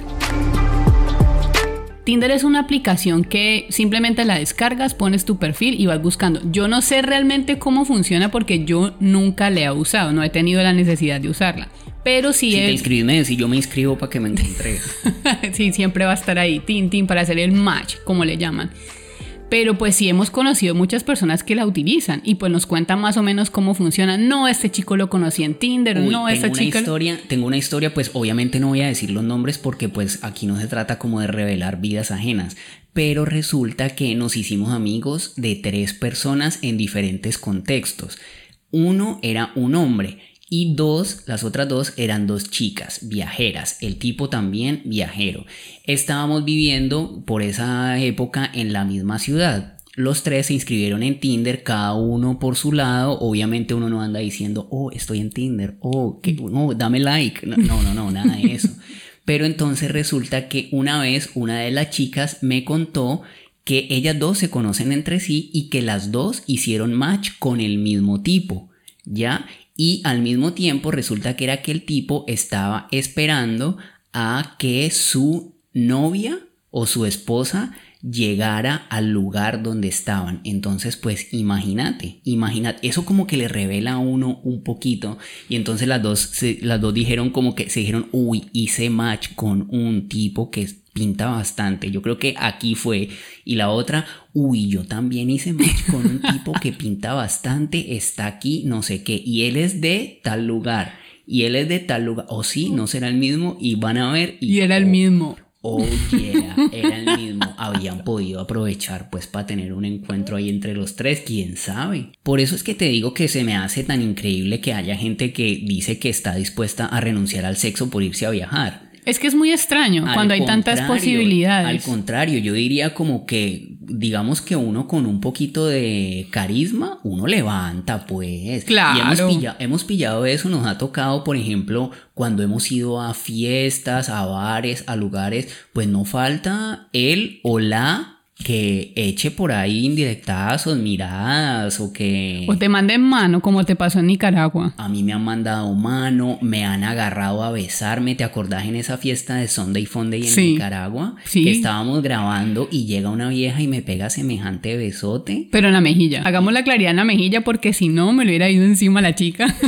Tinder es una aplicación que simplemente la descargas, pones tu perfil y vas buscando. Yo no sé realmente cómo funciona porque yo nunca la he usado, no he tenido la necesidad de usarla. Pero sí si te inscribes, si yo me inscribo para que me encuentre. Sí, siempre va a estar ahí, tin, para hacer el match, como le llaman. Pero pues sí hemos conocido muchas personas que la utilizan y pues nos cuentan más o menos cómo funciona. No, este chico lo conocí en Tinder, esta chica... Tengo una historia, pues obviamente no voy a decir los nombres porque pues aquí no se trata como de revelar vidas ajenas. Pero resulta que nos hicimos amigos de 3 personas en diferentes contextos. Uno era un hombre y las otras 2 eran 2 chicas viajeras, el tipo también viajero. Estábamos viviendo por esa época en la misma ciudad. Los 3 se inscribieron en Tinder, cada uno por su lado. Obviamente uno no anda diciendo, oh, estoy en Tinder, oh, dame like. No, nada de eso. Pero entonces resulta que una vez una de las chicas me contó que ellas 2 se conocen entre sí y que las 2 hicieron match con el mismo tipo, ¿ya? Y al mismo tiempo resulta que era que el tipo estaba esperando a que su novia o su esposa llegara al lugar donde estaban. Entonces pues imagínate, eso como que le revela a uno un poquito. Y entonces las dos dijeron como que se dijeron, uy, hice match con un tipo que pinta bastante. Yo creo que aquí fue. Y la otra, uy, yo también hice match con un tipo que pinta bastante, está aquí, no sé qué, y él es de tal lugar, y él es de tal lugar, o sí, no será el mismo, y van a ver. Y era el mismo. Oh yeah, era el mismo. Habían podido aprovechar pues para tener un encuentro ahí entre los 3, quién sabe. Por eso es que te digo que se me hace tan increíble que haya gente que dice que está dispuesta a renunciar al sexo por irse a viajar. Es que es muy extraño cuando hay tantas posibilidades. Al contrario, yo diría como que, digamos que uno con un poquito de carisma, uno levanta pues. Claro. Y hemos pillado eso, nos ha tocado, por ejemplo, cuando hemos ido a fiestas, a bares, a lugares, pues no falta él o la que eche por ahí indirectazos, miradas o que... O te manden mano como te pasó en Nicaragua. A mí me han mandado mano, me han agarrado a besarme. ¿Te acordás en esa fiesta de Sunday Funday en Nicaragua? Sí. Que estábamos grabando y llega una vieja y me pega semejante besote. Pero en la mejilla. Hagamos la claridad en la mejilla porque si no me lo hubiera ido encima la chica.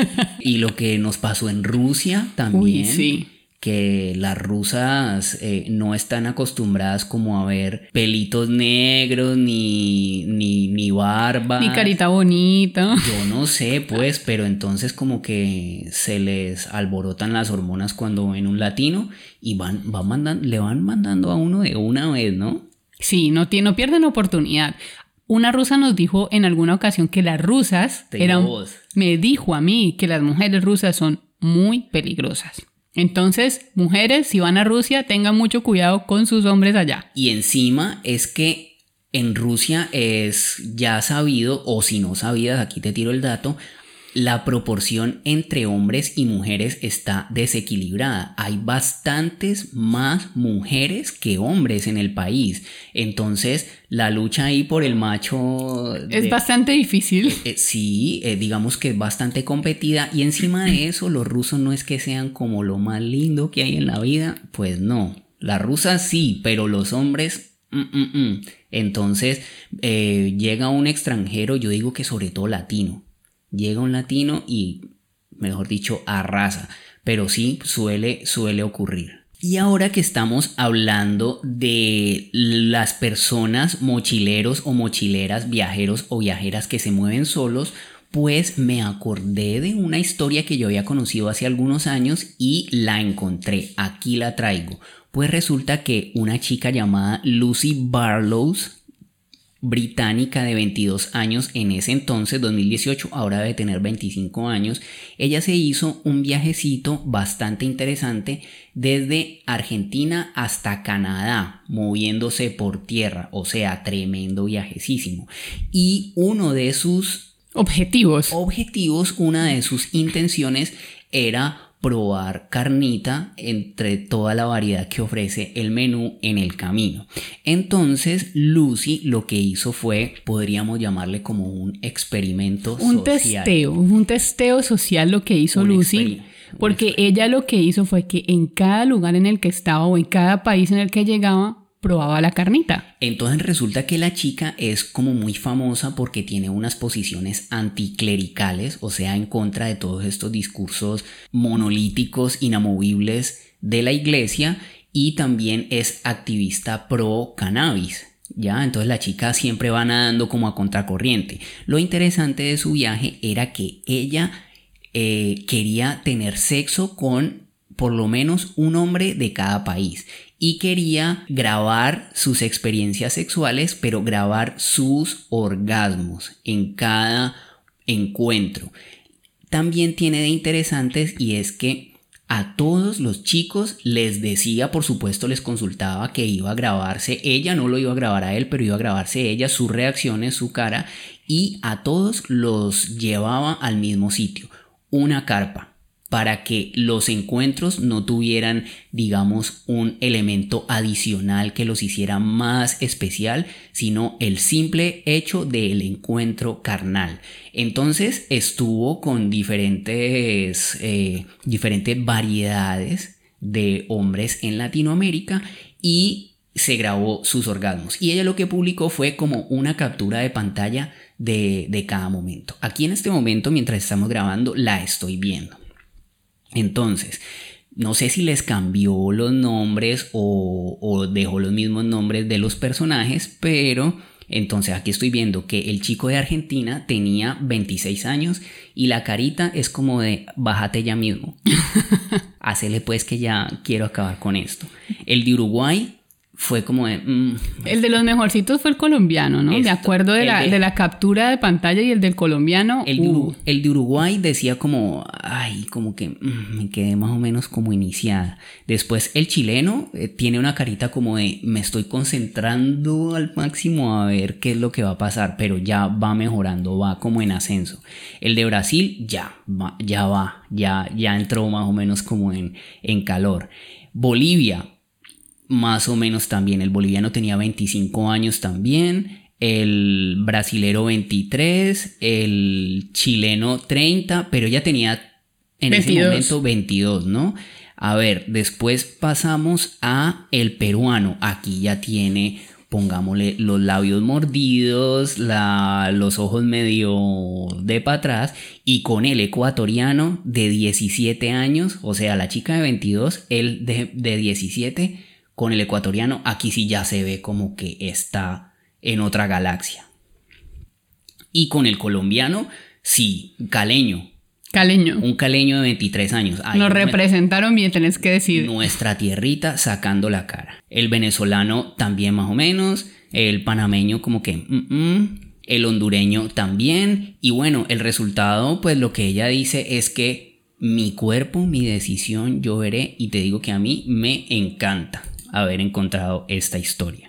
Y lo que nos pasó en Rusia también. Uy, sí. Que las rusas no están acostumbradas como a ver pelitos negros, ni barba. Ni carita bonita. Yo no sé, pues, pero entonces como que se les alborotan las hormonas cuando ven un latino y le van mandando a uno de una vez, ¿no? Sí, no pierden oportunidad. Una rusa nos dijo en alguna ocasión que las rusas me dijo a mí que las mujeres rusas son muy peligrosas. Entonces, mujeres, si van a Rusia, tengan mucho cuidado con sus hombres allá. Y encima es que en Rusia es ya sabido, o si no sabías, aquí te tiro el dato, la proporción entre hombres y mujeres está desequilibrada. Hay bastantes más mujeres que hombres en el país. Entonces, la lucha ahí por el macho... Es bastante difícil. Sí, digamos que es bastante competida. Y encima de eso, los rusos no es que sean como lo más lindo que hay en la vida. Pues no. Las rusas sí, pero los hombres... Entonces, llega un extranjero, yo digo que sobre todo latino. Llega un latino y, mejor dicho, arrasa. Pero sí, suele ocurrir. Y ahora que estamos hablando de las personas mochileros o mochileras, viajeros o viajeras que se mueven solos, pues me acordé de una historia que yo había conocido hace algunos años y la encontré. Aquí la traigo. Pues resulta que una chica llamada Lucy Barlows, británica de 22 años en ese entonces, 2018, ahora debe tener 25 años, ella se hizo un viajecito bastante interesante desde Argentina hasta Canadá, moviéndose por tierra, o sea, tremendo viajecísimo. Y uno de sus objetivos, una de sus intenciones era probar carnita entre toda la variedad que ofrece el menú en el camino. Entonces Lucy lo que hizo fue, podríamos llamarle como un experimento social. Un testeo social lo que hizo Lucy, porque ella lo que hizo fue que en cada lugar en el que estaba o en cada país en el que llegaba, probaba la carnita. Entonces resulta que la chica es como muy famosa porque tiene unas posiciones anticlericales, o sea, en contra de todos estos discursos monolíticos, inamovibles de la iglesia, y también es activista pro cannabis. Ya, entonces la chica siempre va nadando como a contracorriente. Lo interesante de su viaje era que ella quería tener sexo con por lo menos un hombre de cada país. Y quería grabar sus experiencias sexuales, pero grabar sus orgasmos en cada encuentro. También tiene de interesantes y es que a todos los chicos les decía, por supuesto les consultaba que iba a grabarse ella, no lo iba a grabar a él, pero iba a grabarse ella, sus reacciones, su cara, y a todos los llevaba al mismo sitio, una carpa, para que los encuentros no tuvieran, digamos, un elemento adicional que los hiciera más especial, sino el simple hecho del encuentro carnal. Entonces estuvo con diferentes variedades de hombres en Latinoamérica y se grabó sus orgasmos. Y ella lo que publicó fue como una captura de pantalla de cada momento. Aquí en este momento, mientras estamos grabando, la estoy viendo. Entonces, no sé si les cambió los nombres o dejó los mismos nombres de los personajes, pero entonces aquí estoy viendo que el chico de Argentina tenía 26 años y la carita es como de bájate ya mismo. Hacele pues que ya quiero acabar con esto. El de Uruguay fue como de... El de los mejorcitos fue el colombiano, ¿no? Me acuerdo de la captura de pantalla y el del colombiano. El de Uruguay decía como... como que me quedé más o menos como iniciada. Después el chileno tiene una carita como de... Me estoy concentrando al máximo a ver qué es lo que va a pasar. Pero ya va mejorando, va como en ascenso. El de Brasil ya entró más o menos como en calor. Bolivia... Más o menos también, el boliviano tenía 25 años también, el brasilero 23, el chileno 30, pero ella tenía en 22. Ese momento 22, ¿no? A ver, después pasamos a el peruano, aquí ya tiene, pongámosle los labios mordidos, los ojos medio de para atrás, y con el ecuatoriano de 17 años, o sea, la chica de 22, él de 17, con el ecuatoriano, aquí sí ya se ve como que está en otra galaxia. Y con el colombiano, sí, caleño. Caleño. Un caleño de 23 años. Ay, Nos representaron bien, tenés que decir. Nuestra tierrita sacando la cara. El venezolano también más o menos. El panameño como que... El hondureño también. Y bueno, el resultado, pues lo que ella dice es que mi cuerpo, mi decisión, yo veré. Y te digo que a mí me encanta haber encontrado esta historia.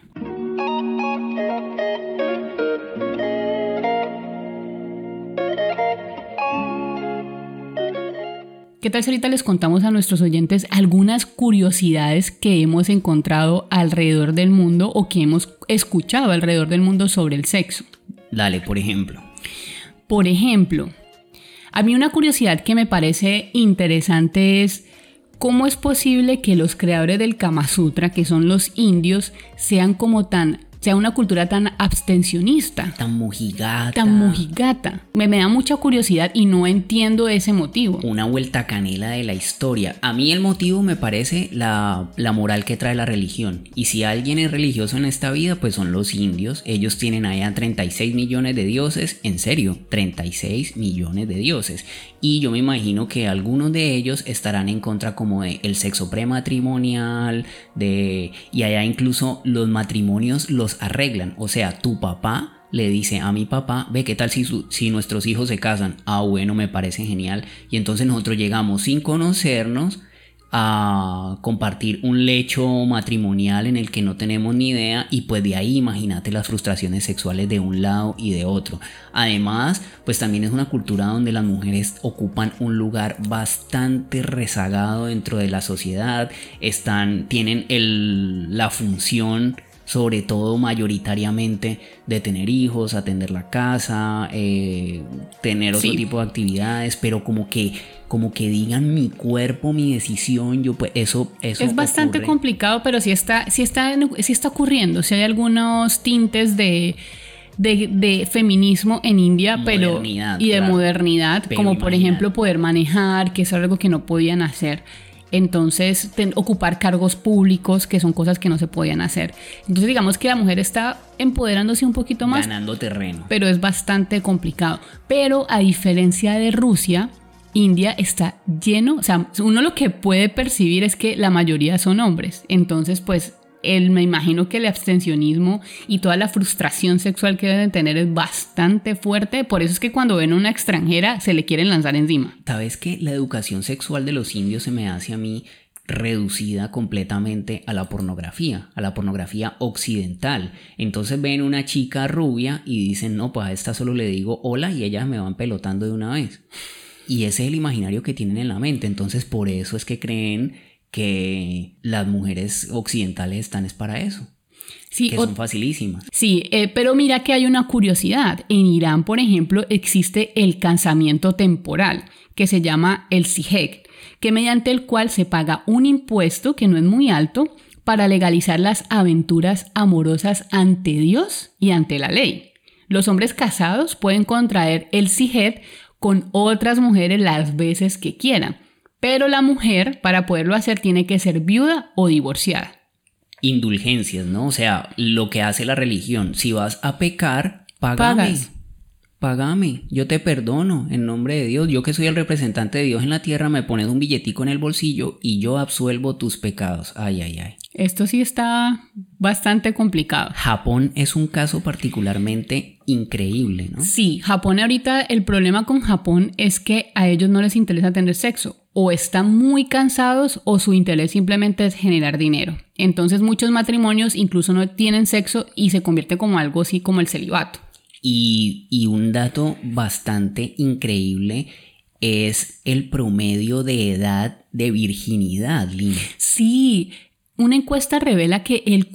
¿Qué tal si ahorita les contamos a nuestros oyentes algunas curiosidades que hemos encontrado alrededor del mundo o que hemos escuchado alrededor del mundo sobre el sexo? Dale, por ejemplo. Por ejemplo, a mí una curiosidad que me parece interesante es cómo es posible que los creadores del Kama Sutra, que son los indios, sea una cultura tan abstencionista. Tan mojigata. Tan mojigata. Me da mucha curiosidad y no entiendo ese motivo. Una vuelta canela de la historia. A mí el motivo me parece la moral que trae la religión. Y si alguien es religioso en esta vida, pues son los indios. Ellos tienen allá 36 millones de dioses. En serio, 36 millones de dioses. Y yo me imagino que algunos de ellos estarán en contra como de el sexo prematrimonial, y allá incluso los matrimonios los arreglan. O sea, tu papá le dice a mi papá, ve qué tal si nuestros hijos se casan. Ah, bueno, me parece genial. Y entonces nosotros llegamos sin conocernos a compartir un lecho matrimonial en el que no tenemos ni idea, y pues de ahí imagínate las frustraciones sexuales de un lado y de otro. Además, pues también es una cultura donde las mujeres ocupan un lugar bastante rezagado dentro de la sociedad. Tienen la función, sobre todo mayoritariamente, de tener hijos, atender la casa, tener otro tipo de actividades, pero como que digan mi cuerpo, mi decisión, yo pues eso es bastante complicado, pero sí está ocurriendo. Si hay algunos tintes de feminismo en India, y de modernidad, como por ejemplo poder manejar, que es algo que no podían hacer. Entonces, ocupar cargos públicos, que son cosas que no se podían hacer. Entonces, digamos que la mujer está empoderándose un poquito más. Ganando terreno. Pero es bastante complicado. Pero a diferencia de Rusia, India está lleno, o sea, uno lo que puede percibir es que la mayoría son hombres. Entonces, pues, me imagino que el abstencionismo y toda la frustración sexual que deben tener es bastante fuerte. Por eso es que cuando ven a una extranjera se le quieren lanzar encima. ¿Sabes que la educación sexual de los indios se me hace a mí reducida completamente a la pornografía occidental? Entonces ven una chica rubia y dicen, no, pues a esta solo le digo hola y ellas me van pelotando de una vez. Y ese es el imaginario que tienen en la mente. Entonces por eso es que creen que las mujeres occidentales están es para eso. Sí, que son facilísimas. Sí, pero mira que hay una curiosidad. En Irán, por ejemplo, existe el casamiento temporal, que se llama el siheg, que mediante el cual se paga un impuesto que no es muy alto para legalizar las aventuras amorosas ante Dios y ante la ley. Los hombres casados pueden contraer el siheg con otras mujeres las veces que quieran, pero la mujer, para poderlo hacer, tiene que ser viuda o divorciada. Indulgencias, ¿no? O sea, lo que hace la religión. Si vas a pecar, págame, yo te perdono en nombre de Dios. Yo que soy el representante de Dios en la tierra, me pones un billetico en el bolsillo y yo absuelvo tus pecados. Ay. Esto sí está bastante complicado. Japón es un caso particularmente increíble, ¿no? Sí, Japón ahorita, el problema con Japón es que a ellos no les interesa tener sexo. O están muy cansados o su interés simplemente es generar dinero. Entonces muchos matrimonios incluso no tienen sexo y se convierte como algo así como el celibato. Y un dato bastante increíble es el promedio de edad de virginidad, Lina. Sí, una encuesta revela que el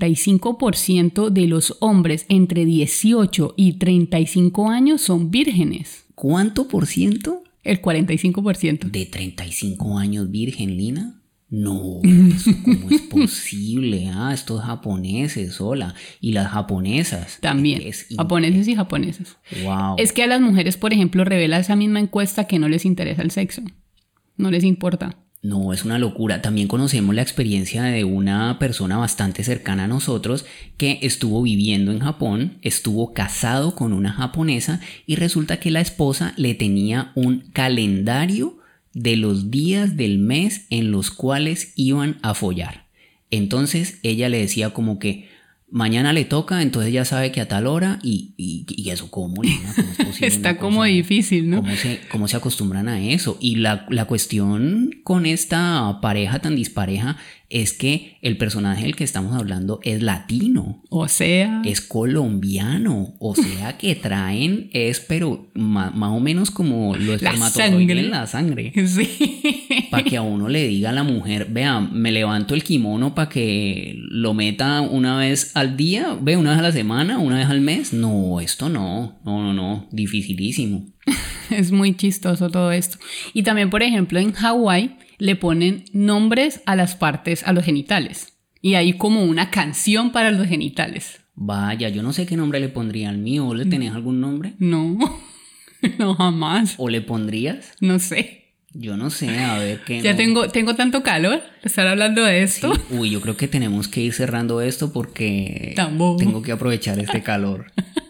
45% de los hombres entre 18 y 35 años son vírgenes. ¿Cuánto por ciento? El 45%. ¿De 35 años virgen, Lina? No, ¿eso cómo es posible? Estos japoneses, hola. Y las japonesas. También, japoneses y japonesas. Wow. Es que a las mujeres, por ejemplo, revela esa misma encuesta que no les interesa el sexo. No les importa. No, es una locura. También conocemos la experiencia de una persona bastante cercana a nosotros que estuvo viviendo en Japón, estuvo casado con una japonesa y resulta que la esposa le tenía un calendario de los días del mes en los cuales iban a follar. Entonces ella le decía como que mañana le toca, entonces ya sabe que a tal hora y eso, ¿cómo, Lina? ¿Cómo es posible? Está como difícil, ¿no? ¿Cómo se acostumbran a eso? Y la cuestión con esta pareja tan dispareja es que el personaje del que estamos hablando es latino. O sea... es colombiano. O sea que traen pero más o menos como lo espermatozoide en la sangre. Sí. Para que a uno le diga a la mujer, vea, me levanto el kimono para que lo meta una vez al día, una vez a la semana, una vez al mes. No, esto no, dificilísimo. Es muy chistoso todo esto. Y también, por ejemplo, en Hawái le ponen nombres a las partes, a los genitales. Y hay como una canción para los genitales. Vaya, yo no sé qué nombre le pondría al mío. ¿Le tenés algún nombre? No, no jamás. ¿O le pondrías? No sé. Yo no sé, a ver qué. Ya tengo tanto calor de estar hablando de esto. Sí. Uy, yo creo que tenemos que ir cerrando esto porque Tampoco. Tengo que aprovechar este calor.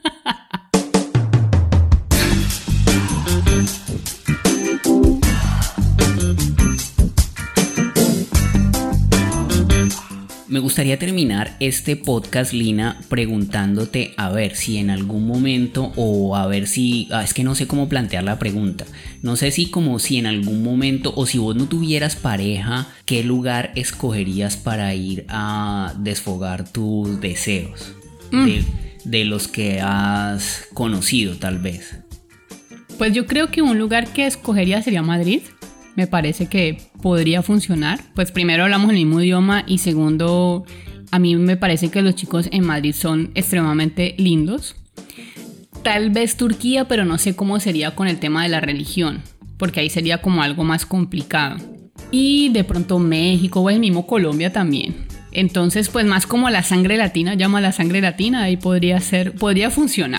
Me gustaría terminar este podcast, Lina, preguntándote a ver si en algún momento o a ver si... es que no sé cómo plantear la pregunta. No sé si como si en algún momento o si vos no tuvieras pareja, ¿qué lugar escogerías para ir a desfogar tus deseos? De los que has conocido tal vez. Pues yo creo que un lugar que escogería sería Madrid. Me parece que podría funcionar. Pues primero hablamos el mismo idioma y segundo, a mí me parece que los chicos en Madrid son extremadamente lindos. Tal vez Turquía, pero no sé cómo sería con el tema de la religión, porque ahí sería como algo más complicado. Y de pronto México o el mismo Colombia también. Entonces, pues más como la sangre latina, llama la sangre latina, ahí podría funcionar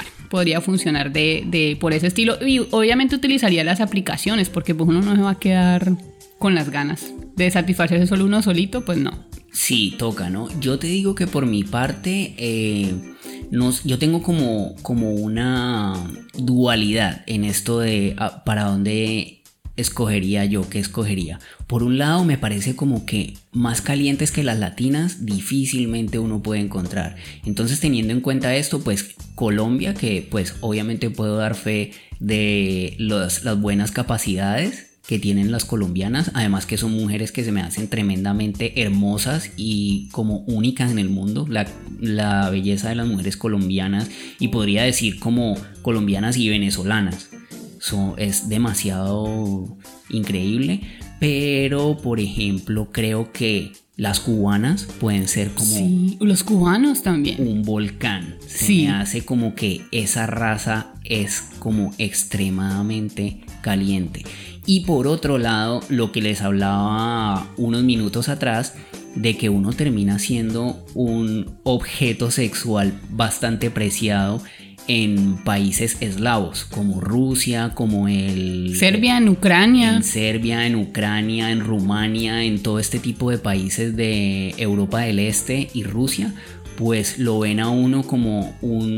por ese estilo. Y obviamente utilizaría las aplicaciones, porque pues uno no se va a quedar con las ganas de satisfacerse solo uno solito, pues no. Sí, toca, ¿no? Yo te digo que por mi parte, yo tengo como una dualidad en esto de para dónde escogería yo, qué escogería. Por un lado me parece como que más calientes que las latinas difícilmente uno puede encontrar. Entonces, teniendo en cuenta esto, pues Colombia, que pues obviamente puedo dar fe de las buenas capacidades que tienen las colombianas, además que son mujeres que se me hacen tremendamente hermosas y como únicas en el mundo, la belleza de las mujeres colombianas, y podría decir como colombianas y venezolanas. Es demasiado increíble, pero por ejemplo creo que las cubanas pueden ser como... Sí, los cubanos también. Un volcán. Sí. Me hace como que esa raza es como extremadamente caliente. Y por otro lado, lo que les hablaba unos minutos atrás, de que uno termina siendo un objeto sexual bastante preciado en países eslavos como Rusia, como Serbia, en Ucrania. En Serbia, en Ucrania, en Rumania, en todo este tipo de países de Europa del Este y Rusia, pues lo ven a uno como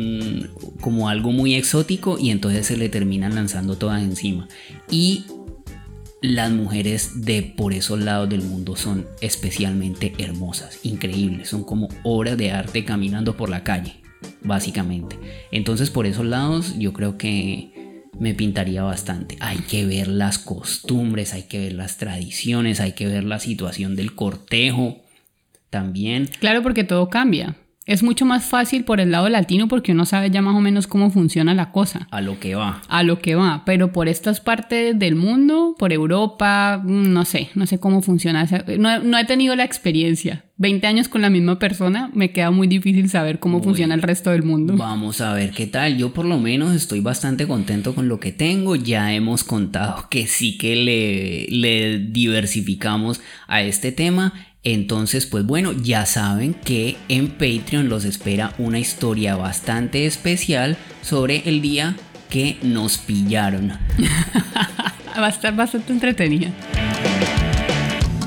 algo muy exótico y entonces se le terminan lanzando todas encima. Y las mujeres de por esos lados del mundo son especialmente hermosas, increíbles, son como obras de arte caminando por la calle, básicamente. Entonces por esos lados yo creo que me pintaría bastante. Hay que ver las costumbres, hay que ver las tradiciones, hay que ver la situación del cortejo también. Claro, porque todo cambia. Es mucho más fácil por el lado latino porque uno sabe ya más o menos cómo funciona la cosa. A lo que va. Pero por estas partes del mundo, por Europa, no sé cómo funciona. No he tenido la experiencia. 20 años con la misma persona, me queda muy difícil saber cómo funciona el resto del mundo. Vamos a ver qué tal. Yo por lo menos estoy bastante contento con lo que tengo. Ya hemos contado que sí que le diversificamos a este tema. Entonces, pues bueno, ya saben que en Patreon los espera una historia bastante especial sobre el día que nos pillaron. Va a estar bastante entretenida.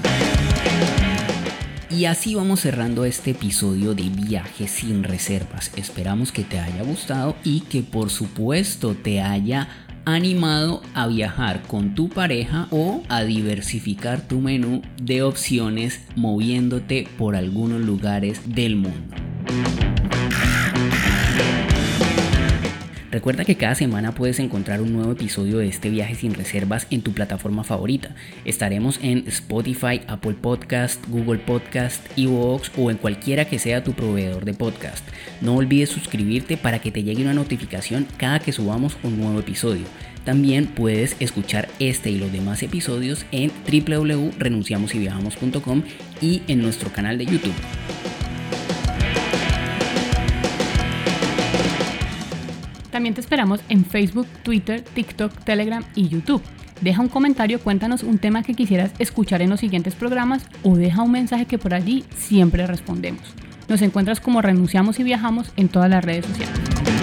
Y así vamos cerrando este episodio de Viajes sin Reservas. Esperamos que te haya gustado y que por supuesto te haya animado a viajar con tu pareja o a diversificar tu menú de opciones moviéndote por algunos lugares del mundo. Recuerda que cada semana puedes encontrar un nuevo episodio de este Viaje sin Reservas en tu plataforma favorita. Estaremos en Spotify, Apple Podcast, Google Podcast, iVoox o en cualquiera que sea tu proveedor de podcast. No olvides suscribirte para que te llegue una notificación cada que subamos un nuevo episodio. También puedes escuchar este y los demás episodios en www.renunciamosyviajamos.com y en nuestro canal de YouTube. También te esperamos en Facebook, Twitter, TikTok, Telegram y YouTube. Deja un comentario, cuéntanos un tema que quisieras escuchar en los siguientes programas o deja un mensaje que por allí siempre respondemos. Nos encuentras como Renunciamos y Viajamos en todas las redes sociales.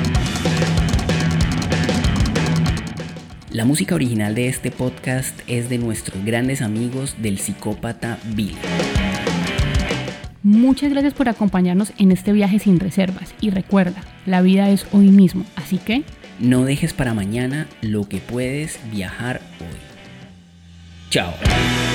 La música original de este podcast es de nuestros grandes amigos del Psicópata Bill. Muchas gracias por acompañarnos en este viaje sin reservas y recuerda, la vida es hoy mismo, así que no dejes para mañana lo que puedes viajar hoy. Chao.